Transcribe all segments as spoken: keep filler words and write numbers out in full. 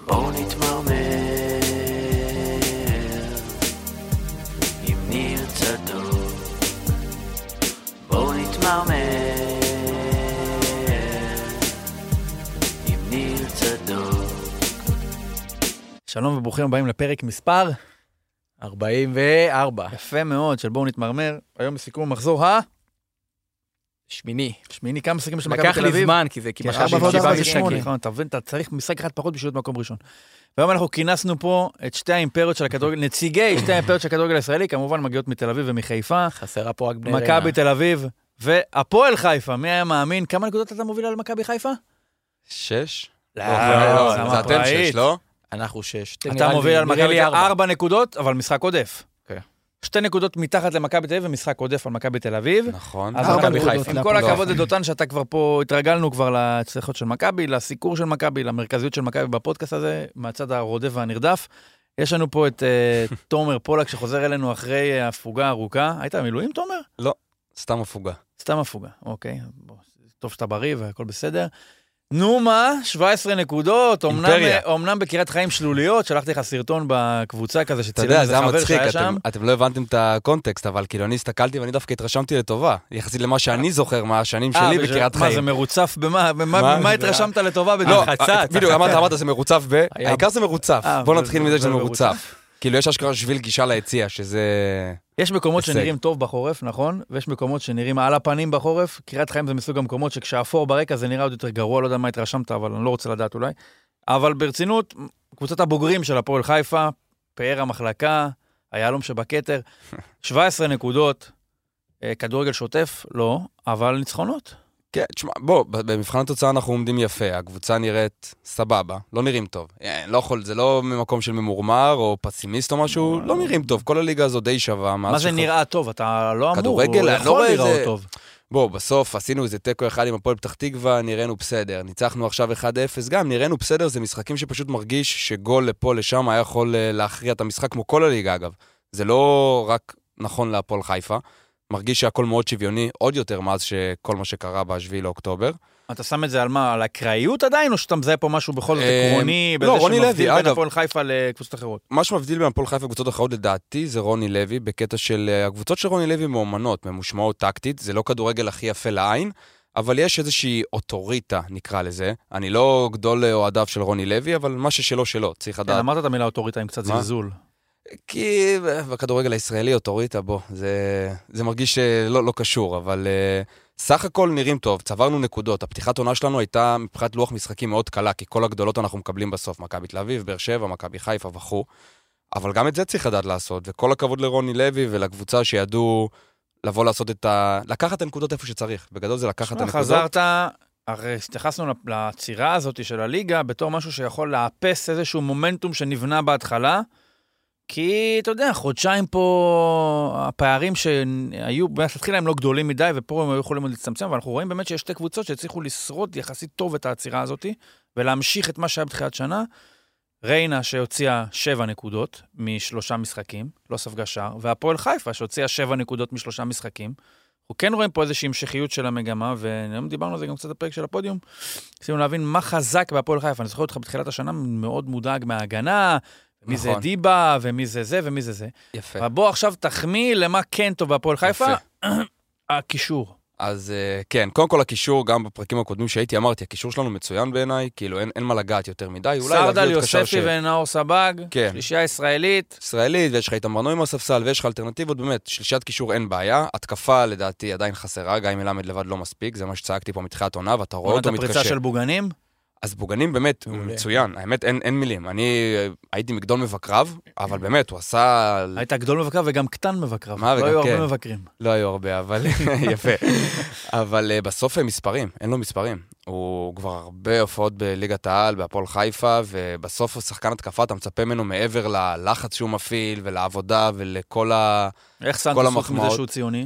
בואו נתמרמר עם ניר צדוק, בואו נתמרמר עם ניר צדוק. שלום וברוכים הבאים לפרק מספר ארבעים וארבע. יפה מאוד של בואו נתמרמר. היום בסיכום מחזור ה... שמיני. שמיני, כמה משחקים של מכבי לקח תל לי אביב? זמן, כי זה כמעט ארבע ועוד ארבע זה משחקים. שמונה. נכון, אתה מבין, אתה צריך משחק אחד פחות בשביל להיות מקום ראשון. והיום אנחנו כינסנו פה את שתי האימפריות של הכדורגל, נציגי שתי האימפריות של הכדורגל הישראלי, כמובן מגיעות מתל אביב ומחיפה. חסרה פה רק בני ריינה. מכבי תל אביב והפועל חיפה. מי היה מאמין? כמה נקודות אתה מוביל על מכבי חיפה? שש? לא, לא, זה זה אתם שש, לא? אנחנו שש. אתה מוביל על מכבי לי ארבע. ארבע נקודות, אבל משחק עודף. אוקיי. שתי נקודות מתחת למכבי תל אביב ומשחק עודף על מכבי תל אביב. נכון. אז ארבע מכבי נקודות חיפה. עם להפועל. כל הכבוד לדותן שאתה כבר פה, התרגלנו כבר להצלחות של מכבי, לסיקור של מכבי, למרכזיות של מכבי בפודקאסט הזה, מהצד הרודף והנרדף. יש לנו פה את uh, תומר פולק שחוזר אלינו אחרי הפוגה הארוכה. היית במילואים, תומר? לא, סתם הפוגה. סתם הפוגה, אוקיי. בוא, טוב שאתה בריא והכל בסדר. נו מה, שבע עשרה נקודות, אימפריה. אומנם בקריית חיים שלוליות, שלחתי לך סרטון בקבוצה כזה אתה שצילם יודע, איזה זה היה חבר מצחיק, שהיה אתם, שם. אתם לא הבנתם את הקונטקסט, אבל כאילו אני הסתכלתי ואני דווקא התרשמתי לטובה, יחסית למה שאני זוכר מהשנים אה, שלי וזה- בקריית מה, זה חיים. מרוצף במה? במה מה? במה התרשמת לטובה? לא, בדיוק? החצץ, בדיוק, אמרת, אמרת, זה מרוצף ב... היה- העיקר זה מרוצף. אה, בוא זה- נתחיל זה- מזה זה שזה מרוצף. מרוצף. כאילו יש אשכרה שביל גישה ליציאה, שזה... יש מקומות הישג. שנראים טוב בחורף, נכון? ויש מקומות שנראים על הפנים בחורף. קריית חיים זה מסוג המקומות שכשהאפור ברקע זה נראה עוד יותר גרוע, לא יודע מה התרשמת, אבל אני לא רוצה לדעת אולי. אבל ברצינות, קבוצת הבוגרים של הפועל חיפה, פאר המחלקה, היהלום שבכתר, שבע עשרה נקודות, אה, כדורגל שוטף, לא, אבל ניצחונות. כן, תשמע, בוא, במבחן התוצאה אנחנו עומדים יפה, הקבוצה נראית סבבה, לא נראים טוב. אה, לא יכול, זה לא ממקום של ממורמר או פסימיסט או משהו, לא נראים טוב. כל הליגה הזו די שווה. מה זה נראה טוב? אתה לא אמור, כדורגל, הוא אני לא יכול רואה להיראות איזה- טוב. בוא, בסוף עשינו איזה טקו אחד עם הפועל פתח תקווה, נראינו בסדר. ניצחנו עכשיו אחד אפס, גם נראינו בסדר, זה משחקים שפשוט מרגיש שגול לפה לשם היה יכול אה, להכריע את המשחק כמו כל הליגה אגב. זה לא רק נכון להפועל חיפה, מרגיש שהכל מאוד שוויוני, עוד יותר מאז שכל מה שקרה בשביעי לאוקטובר. אתה שם את זה על מה? על הקראיות עדיין, או שאתה מזהה פה משהו בכל זאת אה, עקרוני, לא, בזה רוני שמבדיל לוי, בין אגב. הפועל חיפה לקבוצות אחרות? מה שמבדיל בין הפועל חיפה וקבוצות אחרות לדעתי זה רוני לוי, בקטע של אה, הקבוצות של רוני לוי מאומנות, ממושמעות טקטית, זה לא כדורגל הכי יפה לעין, אבל יש איזושהי אוטוריטה, נקרא לזה. אני לא גדול אוהדיו של רוני לוי, אבל מה ששלו שלו, צריך כן, לדעת. אמרת את המילה אוטוריטה עם קצת מה? זלזול. כי בכדורגל הישראלי אוטוריטה, בוא, זה, זה מרגיש לא, לא קשור, אבל uh, סך הכל נראים טוב, צברנו נקודות. הפתיחת עונה שלנו הייתה מבחינת לוח משחקים מאוד קלה, כי כל הגדולות אנחנו מקבלים בסוף, מכבי תל אביב, באר שבע, מכבי חיפה וכו'. אבל גם את זה צריך לדעת לעשות, וכל הכבוד לרוני לוי ולקבוצה שידעו לבוא לעשות את ה... לקחת את הנקודות איפה שצריך. בגדול זה לקחת את הנקודות. חזרת, הרי התייחסנו לצירה הזאת של הליגה בתור משהו שיכול לאפס איזשהו מומנטום שנבנה בהתחלה, כי אתה יודע, חודשיים פה, הפערים שהיו, בהתחילה הם לא גדולים מדי, ופה הם היו יכולים עוד להצטמצם, אבל אנחנו רואים באמת שיש שתי קבוצות שהצליחו לשרוד יחסית טוב את העצירה הזאת, ולהמשיך את מה שהיה בתחילת שנה. ריינה שהוציאה שבע נקודות משלושה משחקים, לא ספגה שער, והפועל חיפה שהוציאה שבע נקודות משלושה משחקים. אנחנו כן רואים פה איזושהי המשכיות של המגמה, והיום דיברנו על זה גם קצת בפרק של הפודיום. ניסינו להבין מה חזק בהפועל חיפה. אני זוכר אותך בתחילת השנה מאוד מודאג מההגנה, מי זה נכון. דיבה, ומי זה זה, ומי זה זה. יפה. אבל בוא עכשיו תחמיא למה כן טוב בהפועל חיפה. הקישור. אז uh, כן, קודם כל הקישור, גם בפרקים הקודמים שהייתי אמרתי, הקישור שלנו מצוין בעיניי, כאילו אין, אין מה לגעת יותר מדי. אולי סרדל, להביא עוד קשר יוספי ונאור סבג, כן. שלישייה ישראלית. ישראלית, ויש לך איתם מנוי מהספסל, ויש לך אלטרנטיבות, באמת, שלישיית קישור אין בעיה, התקפה לדעתי עדיין חסרה, גם אם מלמד לבד לא מספיק, זה מה שצעקתי פה מתחילת עונה, ואתה רואה אותו הפריצה מתקשר. של בוגנים. אז בוגנים באמת, הוא מצוין, האמת אין, אין מילים, אני הייתי מגדול מבקריו, אבל באמת, הוא עשה... היית גדול מבקריו וגם קטן מבקריו. מה, לא וגם היו כן. הרבה מבקרים. לא היו הרבה, אבל יפה. אבל uh, בסוף הם מספרים, אין לו מספרים. הוא כבר הרבה הופעות בליגת העל, בהפועל חיפה, ובסוף הוא שחקן התקפה, אתה מצפה ממנו מעבר ללחץ שהוא מפעיל, ולעבודה, ולכל ה... איך כל סנטוס חוץ המחמאות. מזה שהוא ציוני?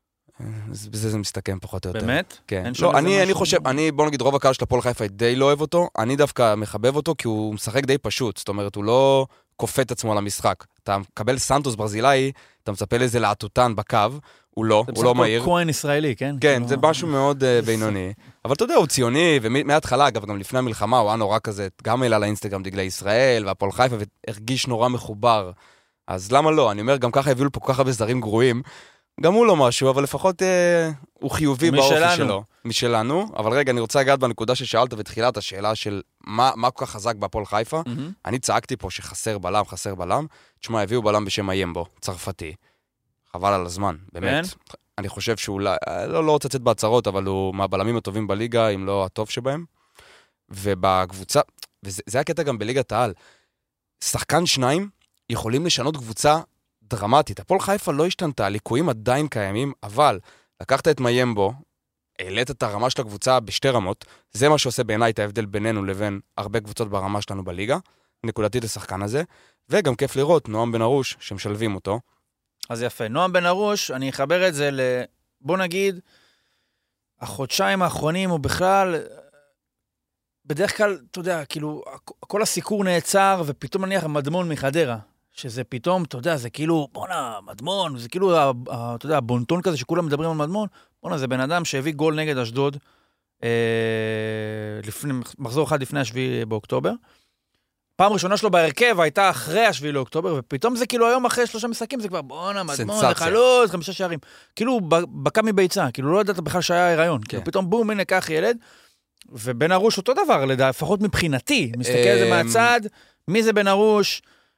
אז בזה זה מסתכם פחות או יותר. באמת? כן. אין שם לא, איזה אני, אני משהו? חושב, אני, בוא נגיד, רוב הקהל של הפועל חיפה די לא אוהב אותו, אני דווקא מחבב אותו, כי הוא משחק די פשוט, זאת אומרת, הוא לא כופת עצמו למשחק. אתה מקבל סנטוס ברזילאי, אתה מצפה לזה לעטוטן בקו, הוא לא, הוא לא מהיר. זה בסך הכל כהן ישראלי, כן? כן, זה משהו מאוד בינוני. אבל אתה יודע, הוא ציוני, ומההתחלה, אגב, גם לפני המלחמה, הוא היה נורא כזה, גם העלה לאינסטגרם דגלי ישראל, והפועל חיפה, והרגיש נורא מחובר. אז למה לא? אני אומר, גם ככה הביאו פה כל כך הרבה זרים גרועים, גם הוא לא משהו, אבל לפחות אה, הוא חיובי באופי שלו. משלנו. אבל רגע, אני רוצה לגעת בנקודה ששאלת ותחילת השאלה של מה, מה כל כך חזק בהפועל חיפה. Mm-hmm. אני צעקתי פה שחסר בלם, חסר בלם. תשמע, הביאו בלם בשם איימבו, צרפתי. חבל על הזמן, באמת. כן? אני חושב שהוא לא, לא, לא רוצה לצאת בהצהרות, אבל הוא מהבלמים הטובים בליגה, אם לא הטוב שבהם. ובקבוצה, וזה זה הקטע גם בליגת העל, שחקן שניים יכולים לשנות קבוצה דרמטית. הפועל חיפה לא השתנתה, הליקויים עדיין קיימים, אבל לקחת את מיימבו, העלית את הרמה של הקבוצה בשתי רמות, זה מה שעושה בעיניי את ההבדל בינינו לבין הרבה קבוצות ברמה שלנו בליגה, נקודתית לשחקן הזה, וגם כיף לראות נועם בן ארוש שמשלבים אותו. אז יפה, נועם בן ארוש, אני אחבר את זה ל... בוא נגיד, החודשיים האחרונים הוא בכלל, בדרך כלל, אתה יודע, כאילו, כל הסיקור נעצר, ופתאום נניח המדמון מחדרה. שזה פתאום, אתה יודע, זה כאילו, בונה, מדמון, זה כאילו, אתה יודע, הבונטון כזה שכולם מדברים על מדמון, בונה, זה בן אדם שהביא גול נגד אשדוד, אה, לפני, מחזור אחד לפני השביעי באוקטובר. פעם ראשונה שלו בהרכב הייתה אחרי השביעי לאוקטובר, ופתאום זה כאילו היום אחרי שלושה משחקים, זה כבר, בונה, מדמון, לחלוץ, חמישה שערים. כאילו, בקע מביצה, כאילו, לא ידעת בכלל שהיה היריון. כן. כאילו, פתאום בום, הנה, כך ילד, ובן ארוש אותו דבר, לפחות מבחינתי, מסתכל על זה מהצד, מי זה בן ארוש?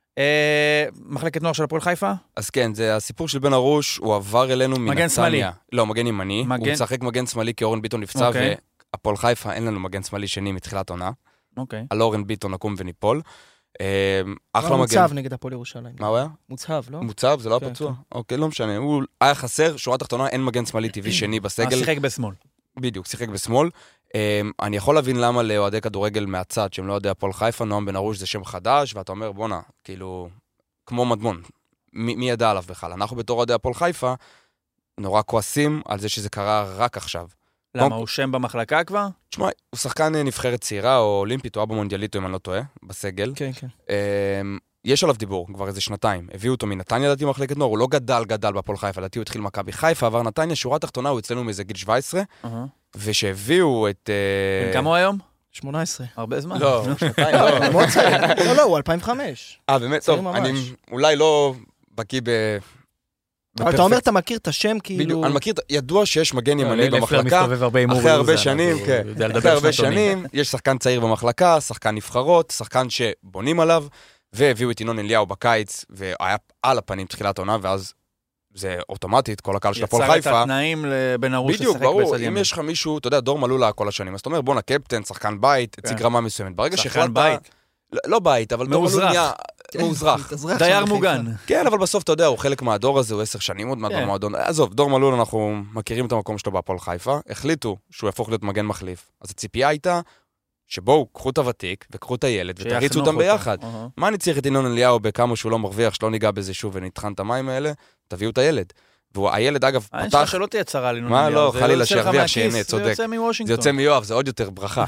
מחלקת נוער של הפועל חיפה? אז כן, זה הסיפור של בן ארוש, הוא עבר אלינו מנתניה. מגן שמאלי. לא, מגן ימני. הוא משחק מגן שמאלי כי אורן ביטון נפצע, והפועל חיפה אין לנו מגן שמאלי שני מתחילת עונה. על אורן ביטון נקום וניפול. אחלה מגן. מוצב נגד הפועל ירושלים. מה הוא היה? מוצב, לא? מוצב, זה לא היה פצוע? אוקיי, לא משנה. הוא היה חסר, שורה תחתונה, אין מגן שמאלי טבעי שני בסגל. שיחק בשמאל. בדיוק, שיחק בשמאל. אני יכול להבין למה לאוהדי כדורגל מהצד, שהם לא יודעים הפועל חיפה, נועם בן ארוש זה שם חדש, ואתה אומר, בונה, כאילו, כמו מדמון, מי, מי ידע עליו בכלל? אנחנו בתור אוהדי הפועל חיפה, נורא כועסים על זה שזה קרה רק עכשיו. למה, הוא שם במחלקה כבר? תשמע, הוא שחקן נבחרת צעירה, או אולימפית, או אבא מונדיאליטו, אם אני לא טועה, בסגל. כן, כן. יש עליו דיבור, כבר איזה שנתיים. הביאו אותו מנתניה, לדעתי מחלקת נוער, הוא לא גדל, גדל בהפועל חיפה, לדעתי הוא התחיל מכבי חיפה, עבר נתניה, שורה תחתונה, הוא אצלנו מאיזה גיל שבע עשרה, ושהביאו את... כמה הוא היום? שמונה עשרה. הרבה זמן. לא, שנתיים, לא. לא, לא, הוא אלפיים וחמש. אה, באמת, טוב, אני אולי לא בקיא ב... אבל אתה אומר, אתה מכיר את השם כאילו... אני מכיר, ידוע שיש מגן ימני במחלקה, אחרי הרבה שנים, כן, אחרי הרבה שנים, יש שחקן צעיר במחלקה, שחקן נבחרות, שחקן שבונים עליו, והביאו את ינון אליהו בקיץ, והיה על הפנים תחילת עונה, ואז זה אוטומטית, כל הקהל של הפועל חיפה. יצר את התנאים לבן ארוש לשחק בדיוק, ברור, אם יש לך מישהו, אתה יודע, דור מלולה כל השנים, אז אתה אומר, בוא נקפטן, שחקן בית, הציג רמה מסוימת. ברגע שחקן בית. לא בית, אבל דור מלולה נהיה מאוזרח. דייר מוגן. כן, אבל בסוף אתה יודע, הוא חלק מהדור הזה, הוא עשר שנים עוד מעט במועדון. עזוב, דור מלולה, אנחנו מכירים את המקום שלו בהפועל חיפה, החליטו שהוא יהפוך להיות מגן מחליף. אז הציפייה הייתה שבואו, קחו את הוותיק וקחו את הילד ותריצו אותם ביחד. מה אני צריך את ינון אליהו בכמה שהוא לא מרוויח, שלא ניגע בזה שוב ונטחן את המים האלה, תביאו את הילד. והילד אגב פתח... אני חושב שלא תהיה צרה לינון אליהו. מה לא, חלילה שירוויח שיהנה, צודק. זה יוצא מוושינגטון. זה יוצא מיואב, זה עוד יותר ברכה.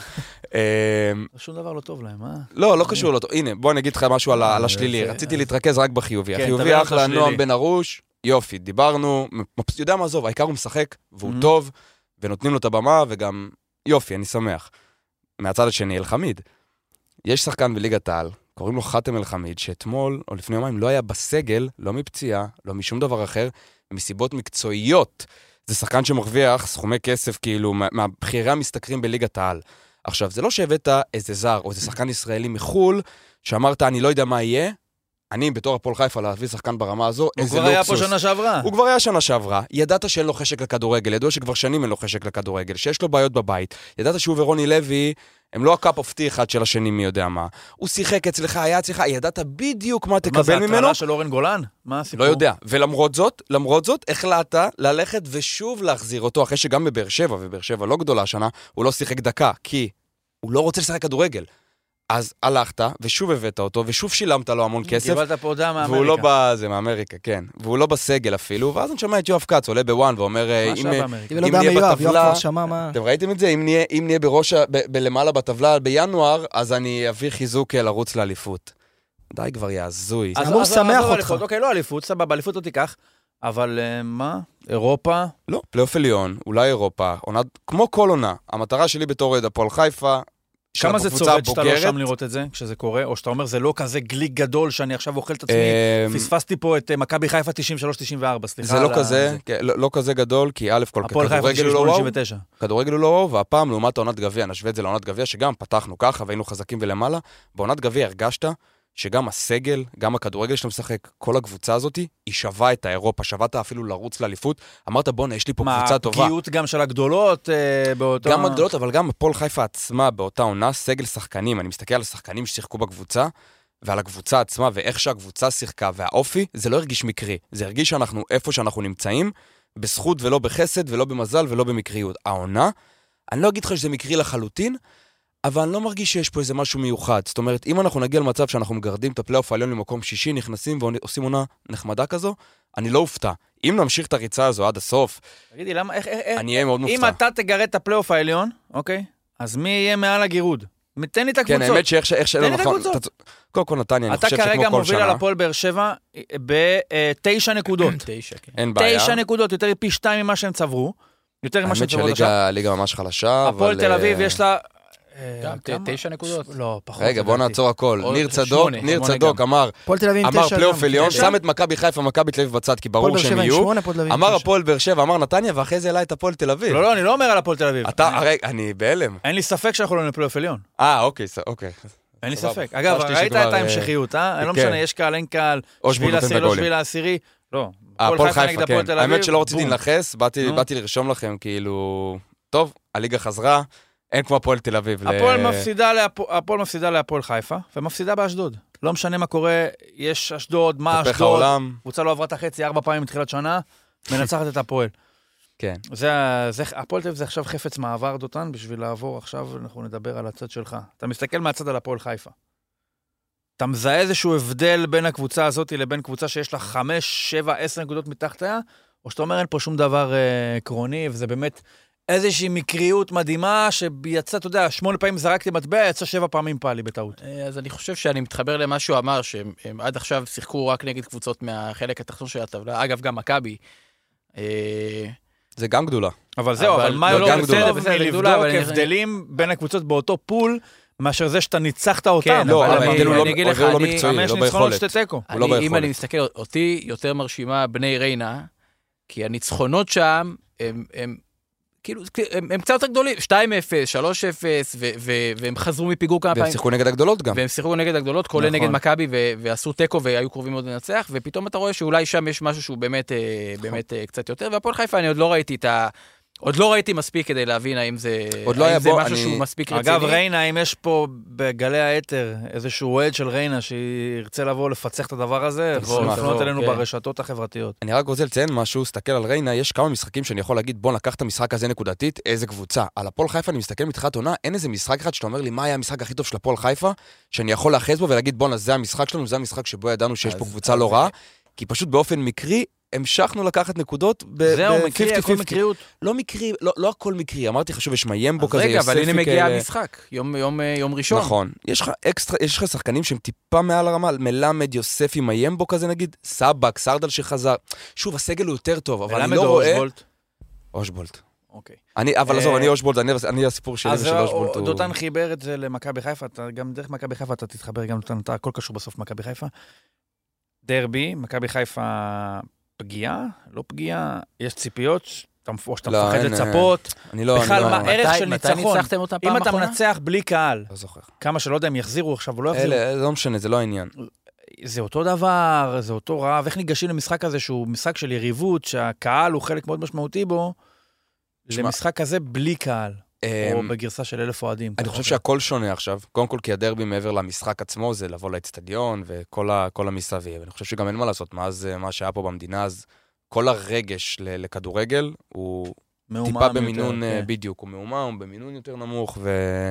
שום דבר לא טוב להם, אה? לא, לא קשור לא טוב. הנה, בוא נגיד לך משהו על השלילי. רציתי להתרכז רק בחיובי. החיובי אחלה, נועם בן ארוש, יופי, דיברנו, יודע מה עזוב, העיקר הוא משחק, והוא טוב, ונותנים לו את הבמה, וגם יופי, אני שמח. מהצד השני, אלחמיד. יש שחקן בליגת העל, קוראים לו חתם אלחמיד, שאתמול או לפני יומיים לא היה בסגל, לא מפציעה, לא משום דבר אחר, מסיבות מקצועיות. זה שחקן שמרוויח סכומי כסף, כאילו, מהבחירי המשתכרים בליגת העל. עכשיו, זה לא שהבאת איזה זר, או איזה שחקן ישראלי מחול, שאמרת, אני לא יודע מה יהיה, אני בתור הפועל חיפה להביא שחקן ברמה הזו, איזה לוקסוס. הוא כבר היה פה שנה שעברה. הוא כבר היה שנה שעברה. ידעת שאין לו חשק לכדורגל, ידוע שכבר שנים אין לו חשק לכדורגל, שיש לו בעיות בבית. ידעת שהוא ורוני לוי, הם לא הקאפ אופטי אחד של השני מי יודע מה. הוא שיחק אצלך, היה אצלך, ידעת בדיוק מה תקבל ממנו. מה זה, הטרלה של אורן גולן? מה הסיפור? לא יודע. ולמרות זאת, למרות זאת, החלטת ללכת ושוב להחזיר אותו, אחרי שגם בבאר שבע, ובאר שבע לא גדולה השנה, הוא לא שיחק דקה, כי הוא לא רוצה לשחק כדורגל. אז הלכת, ושוב הבאת אותו, ושוב שילמת לו המון כסף. קיבלת פה הודעה מאמריקה. והוא לא בא, זה מאמריקה, כן. והוא לא בסגל אפילו, ואז אני שומע את יואב קץ, עולה בוואן, ואומר, אם נהיה בטבלה... אתם ראיתם את זה? אם נהיה בראש, בלמעלה בטבלה בינואר, אז אני אביא חיזוק לרוץ לאליפות. די כבר יעזוי. אז אמור שמח אותך. אוקיי, לא אליפות, סבבה, אליפות לא תיקח, אבל מה? אירופה? לא, פלייאוף עליון, אולי אירופה, כמו כל עונה. המטרה שלי בתור אוהד הפועל חיפה, כמה זה צורד שאתה לא שם לראות את זה, כשזה קורה? או שאתה אומר, זה לא כזה גליק גדול שאני עכשיו אוכל את עצמי, פספסתי פה את מכבי חיפה תשעים ושלוש תשעים וארבע, סליחה. זה לא כזה, לא כזה גדול, כי א' כל כדורגל הוא לא וואו, כדורגל הוא לא וואו, והפעם לעומת העונת גביע, נשווה את זה לעונת גביע, שגם פתחנו ככה והיינו חזקים ולמעלה, בעונת גביע הרגשת שגם הסגל, גם הכדורגל שאתה משחק, כל הקבוצה הזאת, היא שווה את האירופה, שבאת אפילו לרוץ לאליפות. אמרת, בוא, יש לי פה קבוצה טובה. מה, פגיעות גם של הגדולות? באותה... גם הגדולות, אבל גם הפועל חיפה עצמה באותה עונה, סגל שחקנים. אני מסתכל על השחקנים ששיחקו בקבוצה, ועל הקבוצה עצמה, ואיך שהקבוצה שיחקה, והאופי, זה לא הרגיש מקרי. זה הרגיש שאנחנו איפה שאנחנו נמצאים, בזכות ולא בחסד, ולא במזל ולא במקריות. העונה, אני לא אגיד לך שזה מקרי לחלוטין, אבל אני לא מרגיש שיש פה איזה משהו מיוחד. זאת אומרת, אם אנחנו נגיע למצב שאנחנו מגרדים את הפלייאוף העליון למקום שישי, נכנסים ועושים עונה נחמדה כזו, אני לא אופתע. אם נמשיך את הריצה הזו עד הסוף, תגידי, למה, איך, איך, אני אהיה מאוד מופתע. אם אתה תגרד את הפלייאוף העליון, אוקיי? אז מי יהיה מעל הגירוד? תן לי את הקבוצות. כן, האמת שאיך איך שלא נכון. קודם כל נתניה, אני חושב שכמו כל שנה. אתה כרגע מוביל על הפועל באר שבע בתשע נקודות. תשע, כן. אין בעיה. תשע נקודות, יותר פי שתיים ממה שהם צברו. יותר ממה שהם צברו עכשיו. האמת שהליגה ממש חלשה, הפועל תל אביב יש לה גם תשע נקודות. לא, פחות. רגע, בוא נעצור הכל. ניר צדוק, ניר צדוק אמר, אמר פלייאוף עליון, שם את מכבי חיפה, מכבי תל אביב בצד, כי ברור שהם יהיו. אמר הפועל באר שבע, אמר נתניה, ואחרי זה העלה את הפועל תל אביב. לא, לא, אני לא אומר על הפועל תל אביב. אתה, הרי, אני בהלם. אין לי ספק שאנחנו לא נפלייאוף עליון. אה, אוקיי, אוקיי. אין לי ספק. אגב, ראית את ההמשכיות, אה? לא משנה, יש קהל, אין קהל, שביל עשירי, לא שביל עשירי. לא, הפועל חיפה, כן. האמת שלא רציתי לנחס, באתי לרשום לכם, כאילו, טוב, הליגה חזרה, אין כמו הפועל תל אביב. הפועל מפסידה להפועל חיפה, ומפסידה באשדוד. לא משנה מה קורה, יש אשדוד, מה אשדוד, קבוצה לא עברה את החצי, ארבע פעמים מתחילת שנה, מנצחת את הפועל. כן. הפועל תל אביב זה עכשיו חפץ מעבר דותן, בשביל לעבור עכשיו, אנחנו נדבר על הצד שלך. אתה מסתכל מהצד על הפועל חיפה. אתה מזהה איזשהו הבדל בין הקבוצה הזאת לבין קבוצה שיש לה חמש, שבע, עשר נקודות מתחתיה, או שאתה אומר אין פה שום דבר עקרוני, וזה באמת איזושהי מקריות מדהימה, שיצא, אתה יודע, שמונה פעמים זרקתי מטבע, יצא שבע פעמים פעלי בטעות. אז אני חושב שאני מתחבר למה שהוא אמר, שהם עד עכשיו שיחקו רק נגד קבוצות מהחלק התחתון של הטבלה, אגב, גם מכבי. זה גם גדולה. אבל זהו, אבל מה יותר טוב מלבדוק הבדלים בין הקבוצות באותו פול, מאשר זה שאתה ניצחת אותם. לא, ההבדל הוא לא מקצועי, לא ביכולת. אם אני מסתכל, אותי יותר מרשימה בני ריינה, כי הניצחונות שם, הם כאילו, הם קצת יותר גדולים, שתיים אפס, שלוש אפס, והם חזרו מפיגור כמה פעמים. והם שיחקו נגד הגדולות גם. והם שיחקו נגד הגדולות, כולל נגד מכבי, ועשו טקו והיו קרובים מאוד לנצח, ופתאום אתה רואה שאולי שם יש משהו שהוא באמת קצת יותר, והפועל חיפה אני עוד לא ראיתי את ה... עוד לא ראיתי מספיק כדי להבין האם זה, האם זה משהו שהוא מספיק רציני. אגב, ריינה, אם יש פה בגלי היתר איזשהו אוהד של ריינה שירצה לבוא לפצח את הדבר הזה, ולפנות אלינו ברשתות החברתיות. אני רק רוצה לציין משהו, סתכל על ריינה, יש כמה משחקים שאני יכול להגיד, בוא נקח את המשחק הזה נקודתית, איזה קבוצה. על הפועל חיפה אני מסתכל מתחילת עונה, אין איזה משחק אחד שאתה אומר לי מה היה המשחק הכי טוב של הפועל חיפה, שאני יכול לאחז בו ולהגיד, בוא, זה המשחק שלנו, זה המשחק שבו ידענו שיש פה קבוצה לא רעה, כי פשוט באופן מקרי המשכנו לקחת נקודות זהו, מקרי, הכל מקריות. לא מקרי, לא, לא הכל מקרי. אמרתי חשוב, יש מיימבו כזה, רגע, אבל הנה מגיע המשחק, יום, יום, יום ראשון. נכון. יש לך אקסטרה, יש לך שחקנים שהם טיפה מעל הרמה, מלמד, יוספי, מיימבו כזה נגיד, סבק, סרדל שחזר. שוב, הסגל הוא יותר טוב, אבל אני לא רואה... אושבולט? אושבולט. אוקיי. אני, אבל עזוב, אני אושבולט, אני הסיפור שלי ושל אושבולט. אז דותן חיבר את זה למכבי חיפה, גם דרך מכבי חיפה אתה תתחבר גם דותן, אתה הכל קשור בסוף מכבי חיפה. דרבי, מכבי חיפה פגיעה, לא פגיעה, יש ציפיות, או שאתה מפחד לצפות. בכלל, מה הערך של ניצחון? אם אתה מנצח בלי קהל, כמה שלא יודע אם יחזירו עכשיו או לא יחזירו. זה לא משנה, זה לא העניין. זה אותו דבר, זה אותו רעב. איך ניגשים למשחק הזה שהוא משחק של יריבות, שהקהל הוא חלק מאוד משמעותי בו, למשחק הזה בלי קהל. או בגרסה של אלף אוהדים. אני חושב שהכל שונה עכשיו. קודם כל, כי הדרבי מעבר למשחק עצמו, זה לבוא לאצטדיון וכל המסביב. אני חושב שגם אין מה לעשות. מאז מה שהיה פה במדינה, אז כל הרגש לכדורגל הוא טיפה במינון בדיוק. הוא מאומה, הוא במינון יותר נמוך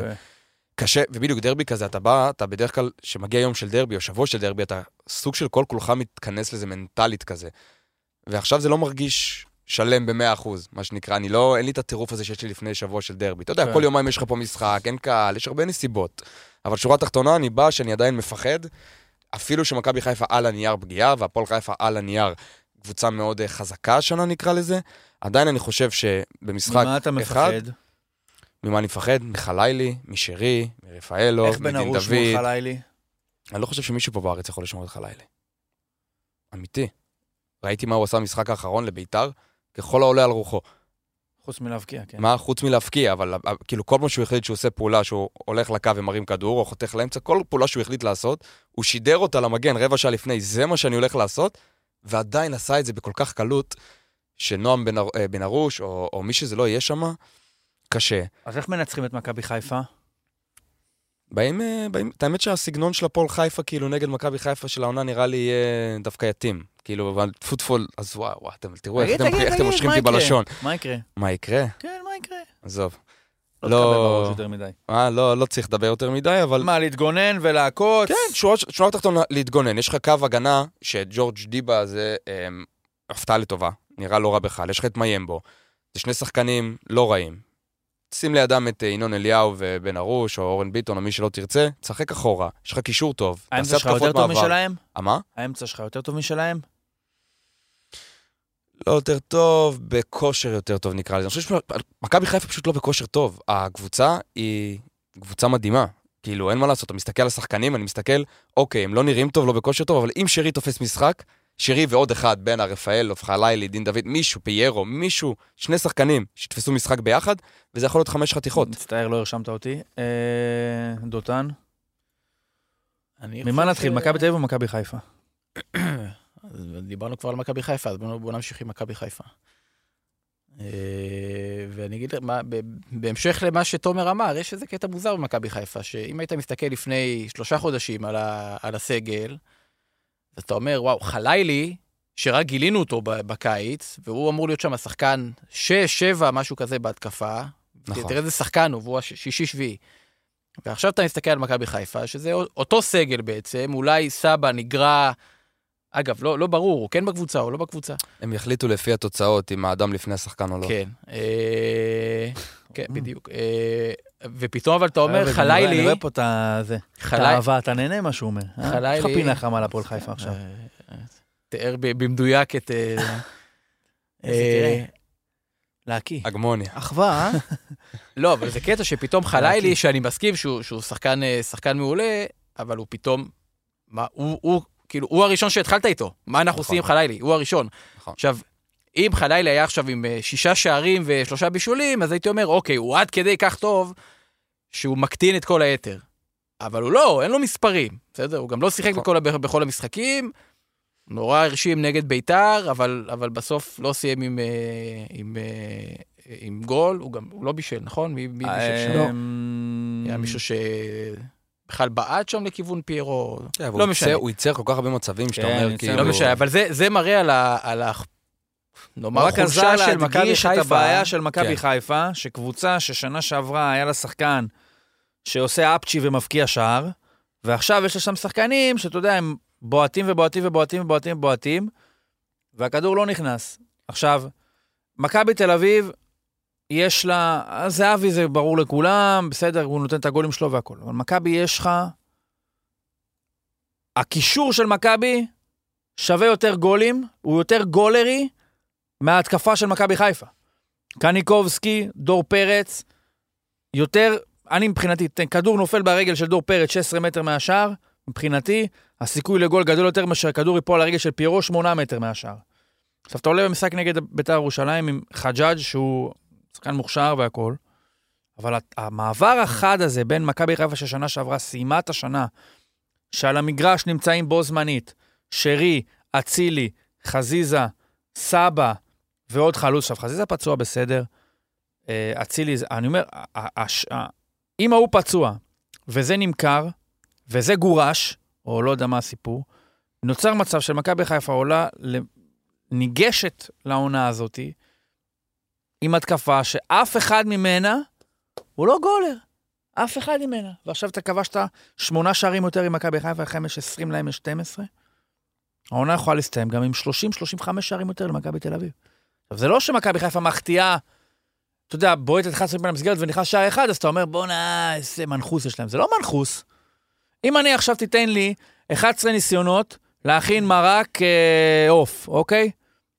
וקשה. ובדיוק דרבי כזה, אתה בא, אתה בדרך כלל, שמגיע יום של דרבי או שבוע של דרבי, אתה סוג של כל כולך מתכנס לזה מנטלית כזה. ועכשיו זה לא מרגיש... שלם ב-מאה אחוז, מה שנקרא, אני לא, אין לי את הטירוף הזה שיש לי לפני שבוע של דרבי. אתה יודע, כל יומיים יש לך פה משחק, אין קהל, יש הרבה נסיבות. אבל שורה תחתונה, אני בא שאני עדיין מפחד, אפילו שמכבי חיפה על הנייר פגיעה, והפועל חיפה על הנייר קבוצה מאוד חזקה השנה נקרא לזה, עדיין אני חושב שבמשחק אחד... ממה אתה מפחד? ממה אני מפחד? מחלילי, משרי, מרפאלו, איך בן ארוש מול חלילי? אני לא חושב שמישהו פה בארץ יכול לשמור את חלילי. אמיתי. ראיתי מה הוא עשה במשחק האחרון לביתר, ככל העולה על רוחו. חוץ מלהפקיע, כן. מה? חוץ מלהפקיע, אבל כאילו כל מה שהוא החליט שהוא עושה פעולה, שהוא הולך לקו ומרים כדור, או חותך לאמצע, כל פעולה שהוא החליט לעשות, הוא שידר אותה למגן רבע שעה לפני, זה מה שאני הולך לעשות, ועדיין עשה את זה בכל כך קלות, שנועם בן, בן ארוש, או, או מי שזה לא יהיה שם, קשה. אז איך מנצחים את מכבי חיפה? באים, באים, את האמת שהסגנון של הפועל חיפה, כאילו נגד מכבי חיפה של העונה, נראה לי יהיה דווקא יתים. כאילו, אבל פוטפול, אז וואו, וואו, אתם תראו איך אתם מושכים אותי בלשון. מה יקרה? מה יקרה? כן, מה יקרה? עזוב. לא תקבל בראש יותר מדי. אה, לא, לא צריך לדבר יותר מדי, אבל... מה, להתגונן ולעקוץ? כן, שורה תחתון להתגונן. יש לך קו הגנה שג'ורג' דיבה זה הפתעה לטובה, נראה לא רע בכלל. יש לך את מיימבו. זה שני שחקנים לא רעים. שים לידם את ינון אליהו ובן ארוש, או אורן ביטון, או מי שלא תרצה, תשחק אחורה. יש לך קישור טוב. האמצע שלך יותר טוב משלהם? מה? האמצע שלך יותר טוב משלהם? לא יותר טוב, בכושר יותר טוב נקרא לזה. אני חושב שמכבי חיפה פשוט לא בכושר טוב. הקבוצה היא קבוצה מדהימה. כאילו, אין מה לעשות. אתה מסתכל על השחקנים, אני מסתכל, אוקיי, הם לא נראים טוב, לא בכושר טוב, אבל אם שרי תופס משחק, שרי ועוד אחד, בין הרפאל, חלילי, דין דוד, מישהו, פיירו, מישהו, שני שחקנים שתפסו משחק ביחד, וזה יכול להיות חמש חתיכות. מצטער, לא הרשמת אותי. דותן? ממה נתחיל, מכבי תל אביב או מכבי חיפה? דיברנו כבר על מכבי חיפה, אז בואו נמשיך עם מכבי חיפה. ואני אגיד, בהמשך למה שתומר אמר, יש איזה קטע מוזר במכבי חיפה, שאם היית מסתכל לפני שלושה חודשים על הסגל, אז אתה אומר, וואו, חלילי, שרק גילינו אותו בקיץ, והוא אמור להיות שם השחקן שש, שבע, משהו כזה בהתקפה. נכון. תראה איזה שחקן הוא, והוא השישי שביעי. ועכשיו אתה מסתכל על מכבי חיפה, שזה אותו סגל בעצם, אולי סבא נגרע, אגב, לא, לא ברור, הוא כן בקבוצה או לא בקבוצה. הם יחליטו לפי התוצאות, אם האדם לפני השחקן או לא. כן, כן, בדיוק. ופתאום אבל אתה אומר, חלילי... אני רואה פה את האהבה, אתה נהנה מה שהוא אומר. חלילי... יש לך פינה חמה לפועל חיפה עכשיו. תיאר במדויק את... תראה, להקיא. אגמוניה. אחווה, אה? לא, אבל זה קטע שפתאום חלילי, שאני מסכים שהוא שחקן מעולה, אבל הוא פתאום... הוא... כאילו, הוא הראשון שהתחלת איתו. מה אנחנו עושים עם חלילי? הוא הראשון. עכשיו, אם חלילי היה עכשיו עם שישה שערים ושלושה בישולים, אז הייתי אומר, אוקיי, הוא עד כדי כך טוב, שהוא מקטין את כל היתר. אבל הוא לא, אין לו מספרים. בסדר? הוא גם לא שיחק בכל, בכל המשחקים, נורא הרשים נגד ביתר, אבל, אבל בסוף לא סיים עם, עם, עם גול, הוא גם, הוא לא בישל, נכון? מי, מי בישל שלו? היה מישהו ש... בכלל בעד שם לכיוון פיירו, לא משנה. הוא ייצר כל כך הרבה מצבים שאתה אומר כאילו... לא משנה, אבל זה מראה על ה... נאמר חולשה של מכבי חיפה. להדגיש את הבעיה של מכבי חיפה, שקבוצה ששנה שעברה היה לה שחקן שעושה אפצ'י ומפקיע שער, ועכשיו יש שם שחקנים שאתה יודע, הם בועטים ובועטים ובועטים ובועטים ובועטים, והכדור לא נכנס. עכשיו, מכבי תל אביב, יש לה, זהבי זה ברור לכולם, בסדר, הוא נותן את הגולים שלו והכל. אבל מכבי יש לך, הקישור של מכבי שווה יותר גולים, הוא יותר גולרי מההתקפה של מכבי חיפה. קניקובסקי, דור פרץ, יותר, אני מבחינתי, כדור נופל ברגל של דור פרץ שש עשרה מטר מהשאר, מבחינתי, הסיכוי לגול גדול יותר מאשר כדור ייפול על הרגל של פיירו שמונה מטר מהשאר. עכשיו, אתה עולה במשחק נגד בית"ר ירושלים עם חג'אג' שהוא שחקן מוכשר והכל, אבל המעבר החד הזה בין מכבי חיפה ששנה שעברה סיימה את השנה, שעל המגרש נמצאים בו זמנית, שרי, אצילי, חזיזה, סבא ועוד חלוץ. עכשיו, חזיזה פצוע בסדר, אצילי, אני אומר, אם הוא פצוע וזה נמכר, וזה גורש, או לא יודע מה הסיפור, נוצר מצב של מכבי חיפה עולה, ניגשת לעונה הזאת, עם התקפה שאף אחד ממנה, הוא לא גולר, אף אחד ממנה. ועכשיו אתה כבשת שמונה שערים יותר עם מכבי חיפה, חמש עשרים להם שתים עשרה. העונה יכולה להסתיים גם עם שלושים שלושים וחמש שערים יותר למכבי תל אביב. עכשיו, זה לא שמכבי חיפה מחטיאה, אתה יודע, בועטת אחת עשרה בין המסגרת ונכנס שער אחד, אז אתה אומר, בוא נע, איזה מנחוס יש להם. זה לא מנחוס. אם אני עכשיו תיתן לי אחד עשר ניסיונות להכין מרק עוף, אוקיי?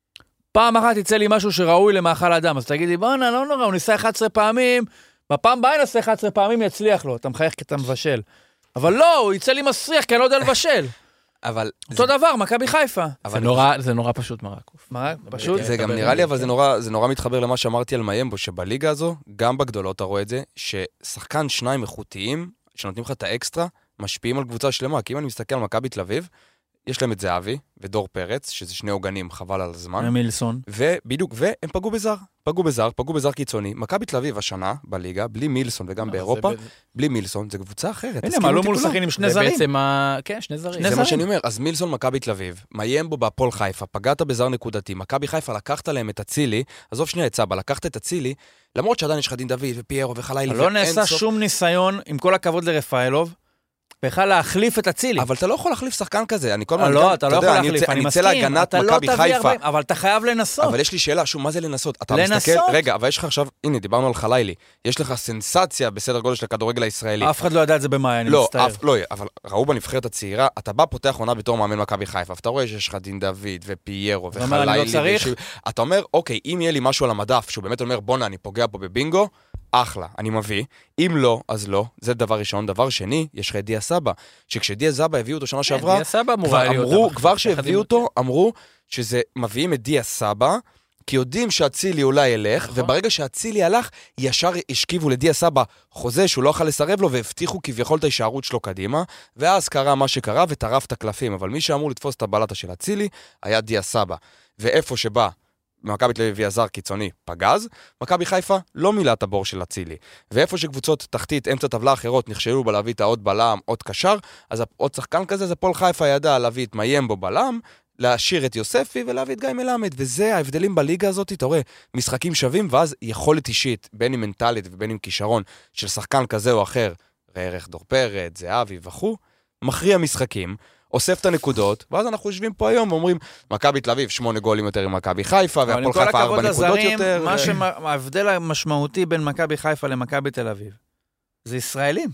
פעם אחת יצא לי משהו שראוי למאכל אדם, אז תגידי, בוא נה, לא נורא, הוא ניסה אחת עשרה פעמים, בפעם באה נעשה אחת עשרה פעמים, יצליח לו, אתה מחייך כי אתה מבשל. אבל לא, הוא יצא לי מסריח, כי אני לא יודע לבשל. אבל... אותו דבר, מכבי חיפה. זה נורא, זה נורא פשוט מרק. מרק, פשוט. זה גם נראה לי, אבל זה נורא, זה נורא מתחבר למה שאמרתי על מיימבו, שבליגה הזו, גם בגדולות אתה רואה את זה, ששחקן שניים איכותיים, שנותנים לך את האקסטרה, משפיעים על קבוצה שלמה, כי אם אני מסתכל על מכבי תל אביב, יש להם את זהבי ודור פרץ, שזה שני עוגנים, חבל על הזמן. ומילסון. ובדיוק, והם פגעו בזר, פגעו בזר, פגעו בזר קיצוני. מכבי תל אביב השנה, בליגה, בלי מילסון וגם באירופה, בלי מילסון, זה קבוצה אחרת. הנה, מעלו מול שחקנים עם שני זרים. זה בעצם, כן, שני זרים. זה מה שאני אומר, אז מילסון מכבי תל אביב, מיימבו בהפועל חיפה, פגעת בזר נקודתי, מכבי חיפה לקחת להם את הצילי, עזוב שנייה את סבא, לקחת את הצילי, למרות שעדיין יש לך דין דוד ופיירו וחלילי. לא נעשה שום ניסיון, עם כל הכבוד לרפאלוב, בכלל להחליף את הצילי. אבל אתה לא יכול להחליף שחקן כזה, אני כל הזמן... לא, אתה לא יכול להחליף, אני מסכים, אתה לא תביא הרבה, אבל אתה חייב לנסות. אבל יש לי שאלה, שוב, מה זה לנסות? אתה מסתכל, רגע, אבל יש לך עכשיו, הנה, דיברנו על חלילי, יש לך סנסציה בסדר גודל של הכדורגל הישראלי. אף אחד לא ידע את זה במאי, אני מצטער. לא, אבל ראו בנבחרת הצעירה, אתה בא פותח עונה בתור מאמן מכבי חיפה, אתה רואה שיש לך דין דוד ופיירו וחלילי. אתה אומר, אוקיי, אם יהיה לי משהו על המדף, שהוא באמת אומר, בונה, אני פוגע פה בבינגו, אחלה, אני מביא. אם לא, אז לא. זה דבר ראשון. דבר שני, יש לך את דיה סבא. שכשדיה סבא הביאו אותו שנה שעברה, דיה סבא אמורה להיות. אמרו, כבר שהביאו אותו, אמרו שזה מביאים את דיה סבא, כי יודעים שהצילי אולי ילך, וברגע שהצילי הלך, ישר השכיבו לדיה סבא חוזה שהוא לא יכול לסרב לו, והבטיחו כביכול את ההישארות שלו קדימה, ואז קרה מה שקרה וטרף את הקלפים. אבל מי שאמור לתפוס את הבלטה של הצילי, היה דיה סבא. ואיפה שבא מכבי תל אביב הזר קיצוני פגז, מכבי חיפה לא מילא את הבור של הצילי. ואיפה שקבוצות תחתית, אמצע טבלה אחרות, נכשלו בלהביא את העוד בלם, עוד קשר, אז עוד שחקן כזה, זה פועל חיפה ידע להביא את מיימבו בלם, להשאיר את יוספי ולהביא את גיא מלמד, וזה ההבדלים בליגה הזאת, אתה רואה, משחקים שווים, ואז יכולת אישית, בין עם מנטלית ובין עם כישרון, של שחקן כזה או אחר, רערך דור פרץ, זהבי וכו', מכריע משחקים, אוסף את הנקודות, ואז אנחנו יושבים פה היום ואומרים, מכבי תל אביב שמונה גולים יותר עם מכבי חיפה, והפועל חיפה ארבע נקודות יותר. מה שההבדל המשמעותי בין מכבי חיפה למכבי תל אביב, זה ישראלים.